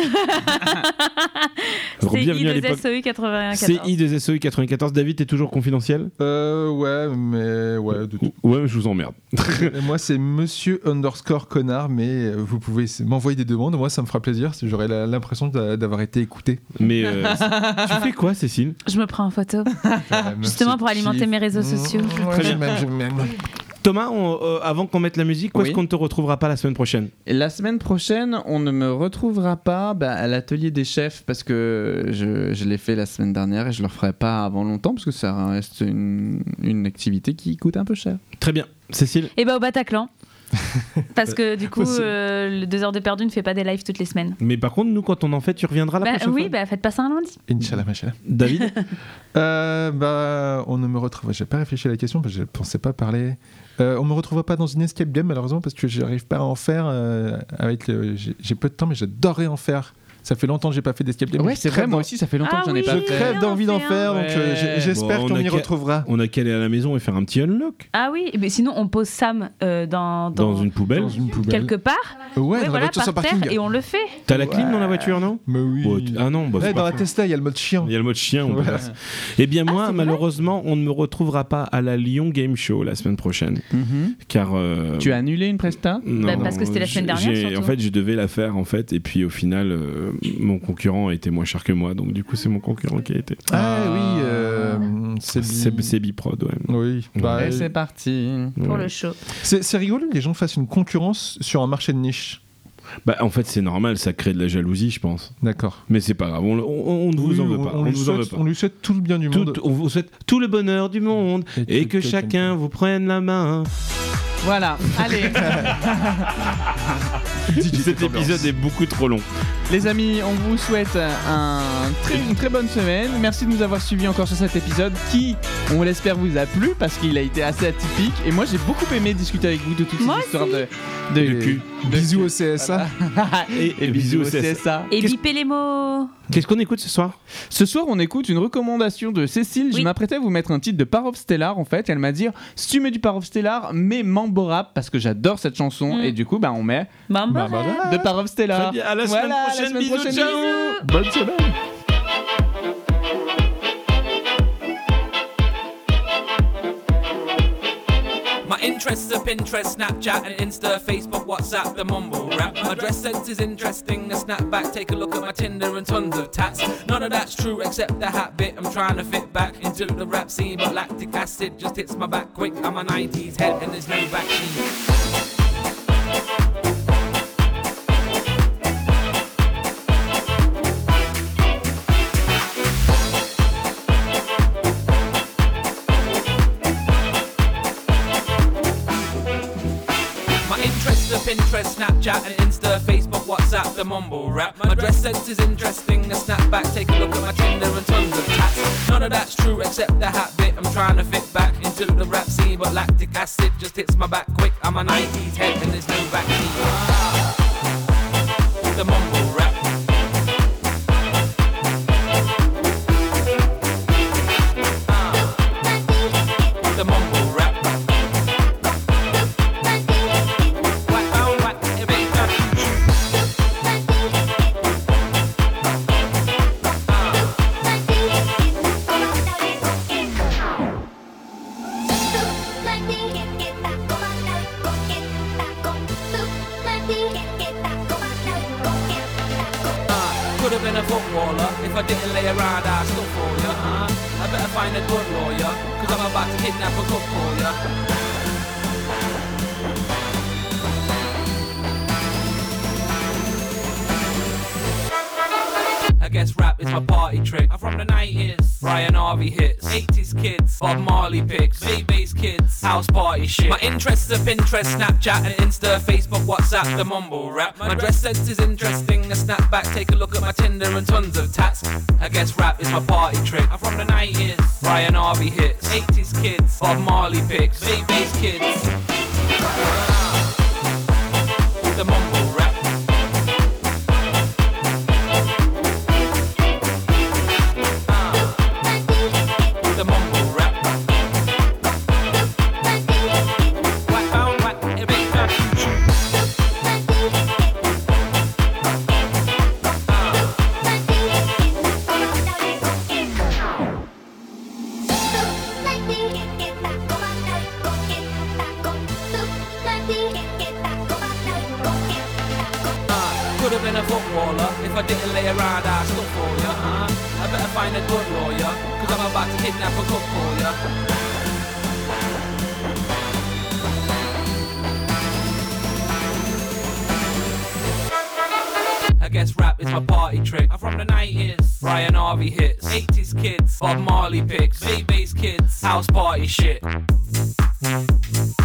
Alors, C'est bienvenue à I deux l'époque. S O U quatre-vingt-quatorze. C'est I deux S O U quatre-vingt-quatorze. David, t'es toujours confidentiel? Euh, ouais, mais ouais, de tout. Ouais, je vous emmerde. Et moi, c'est monsieur underscore connard, mais euh, vous pouvez s- m'envoyer des demandes. Moi, ça me fera plaisir. si J'aurai la- l'impression d'a- d'avoir été écouté. Mais euh, tu fais quoi, Cécile? Je me prends en photo. Euh, Justement merci, pour alimenter kiff. mes réseaux sociaux. Ouais, Très bien. j'aime, j'aime, j'aime. Thomas, on- euh, avant qu'on mette la musique, où Oui. est-ce qu'on ne te retrouvera pas la semaine prochaine? Et la semaine prochaine, on ne me retrouvera pas bah, à l'atelier des chefs parce que je, je l'ai fait la semaine dernière et je le referai pas avant longtemps parce que ça reste une, une activité qui coûte un peu cher. Très bien. Cécile? Et bah au Bataclan. Parce que du coup, Possible. euh, le deux heures de perdu ne fait pas des lives toutes les semaines. Mais par contre, nous, quand on en fait, tu reviendras la Bah, prochaine oui, fois? bah faites pas ça un lundi. Inch'Allah, machallah. David? Euh, bah, on ne me retrouve. J'ai pas réfléchi à la question parce que je pensais pas parler. Euh, on me retrouvera pas dans une escape game malheureusement parce que j'arrive pas à en faire. euh, avec le- j'ai, j'ai peu de temps, mais j'adorerais en faire. Ça fait longtemps que j'ai pas fait d'escape game. Ouais, Je c'est vrai, crève moi d'en- aussi, ça fait longtemps Ah que j'en ai oui. pas Je fait. crève on d'envie fait d'en un. faire, donc euh, Ouais. j'ai- j'espère Bon, on qu'on a m'y qu'à- retrouvera. On a qu'à aller à la maison et faire un petit unlock Ah oui, mais sinon on pose Sam euh, dans, dans, dans, une poubelle. Dans une poubelle. quelque part. Ouais, Ouais, dans la voilà, voiture sans par parking. terre et on le fait. T'as la clim dans la voiture, non? Mais oui. Bon, t- Ah non, bah, Ouais, c'est dans la parfait. Tesla, il y a le mode chiant. Il y a le mode chien. On peut Voilà. faire ça. Eh bien moi, c'est vrai malheureusement, on ne me retrouvera pas à la Lyon Game Show la semaine prochaine, Mhm. car euh, Tu as annulé une presta non, Bah, parce que c'était la semaine dernière, j'ai- surtout. En fait, je devais la faire en fait, et puis au final, euh, mon concurrent était moins cher que moi, donc du coup, c'est mon concurrent qui a été. Ah oui, euh, c'est C'est bi- c'est Biprod, ouais. Oui. Bah, Et c'est parti. Pour Ouais. le show. c'est c'est rigolo que les gens fassent une concurrence sur un marché de niche. Bah, en fait, c'est normal, ça crée de la jalousie, je pense. D'accord. Mais c'est pas grave, on, on- on ne vous Oui, en veut on- pas. On, On, lui ne vous en veut souhaite, pas. on lui souhaite tout le bien du Tout- monde. on vous souhaite tout le bonheur du monde et que que- chacun vous prenne la main. Voilà, allez. Cet épisode est beaucoup trop long. Les amis, on vous souhaite un très, une très bonne semaine. Merci de nous avoir suivis encore sur cet épisode qui, on l'espère, vous a plu parce qu'il a été assez atypique. Et moi, j'ai beaucoup aimé discuter avec vous de toutes ces Moi histoires aussi. de, de, De cul. Bisous au C S A. et, et bisous au C S A. Et Qu'est-ce- bipez les mots. Qu'est-ce qu'on écoute ce soir? Ce soir, on écoute une recommandation de Cécile. Je Oui. m'apprêtais à vous mettre un titre de Power of Stellar en fait. Elle m'a dit si tu mets du Power of Stellar, mets Mambo Rap parce que j'adore cette chanson. Mm. Et du coup, bah, on met Mambo Bah, bah, Rap. de Power of Stellar. Très bien, à la Voilà, semaine à la prochaine, semaine bisous, prochaine, ciao. Bonne semaine. interests are Pinterest, Snapchat, and Insta, Facebook, WhatsApp, the mumble rap. My dress sense is interesting, the snapback. Take a look at my Tinder and tons of tats. None of that's true except the hat bit. I'm trying to fit back into the rap scene, but lactic acid just hits my back quick. I'm a nineties head and there's no vaccine. Pinterest, Snapchat, and Insta, Facebook, WhatsApp, the mumble rap. My dress sense is interesting, the snapback. Take a look at my Tinder and tons of tats. None of that's true except the hat bit. I'm trying to fit back into the rap scene, but lactic acid just hits my back quick. I'm a nineties head and there's no vaccine. Ah, the mumble rap. Ah, the mumble rap. Could have been a footballer. If I didn't lay around, I'd still for ya. Uh-huh. I better find a good lawyer, cause I'm about to kidnap a cook for ya. I guess rap is my party trick. I'm from the nineties, Brian Harvey hits, eighties kids, Bob Marley picks, Bay-Bass kids, house party shit. My interests are Pinterest, Snapchat, and Insta, Facebook, WhatsApp, the mumble rap. My dress sense is interesting, the snapback. Take a look at my Tinder and tons of tats. I guess rap is my party trick. I'm from the nineties, Brian Harvey hits, eighties kids, Bob Marley picks, Bay-Bass kids, the mumble rap. The mumble rap. Whack, bow, whack, it makes that. Could have been a footballer. If I didn't lay around, I'd still for ya. Uh-huh. I better find a good lawyer, cause I'm about to kidnap a cook for ya. I guess rap is my party trick. I'm from the nineties, Brian Harvey hits, eighties kids, Bob Marley picks, Bay-Bass kids, house party shit.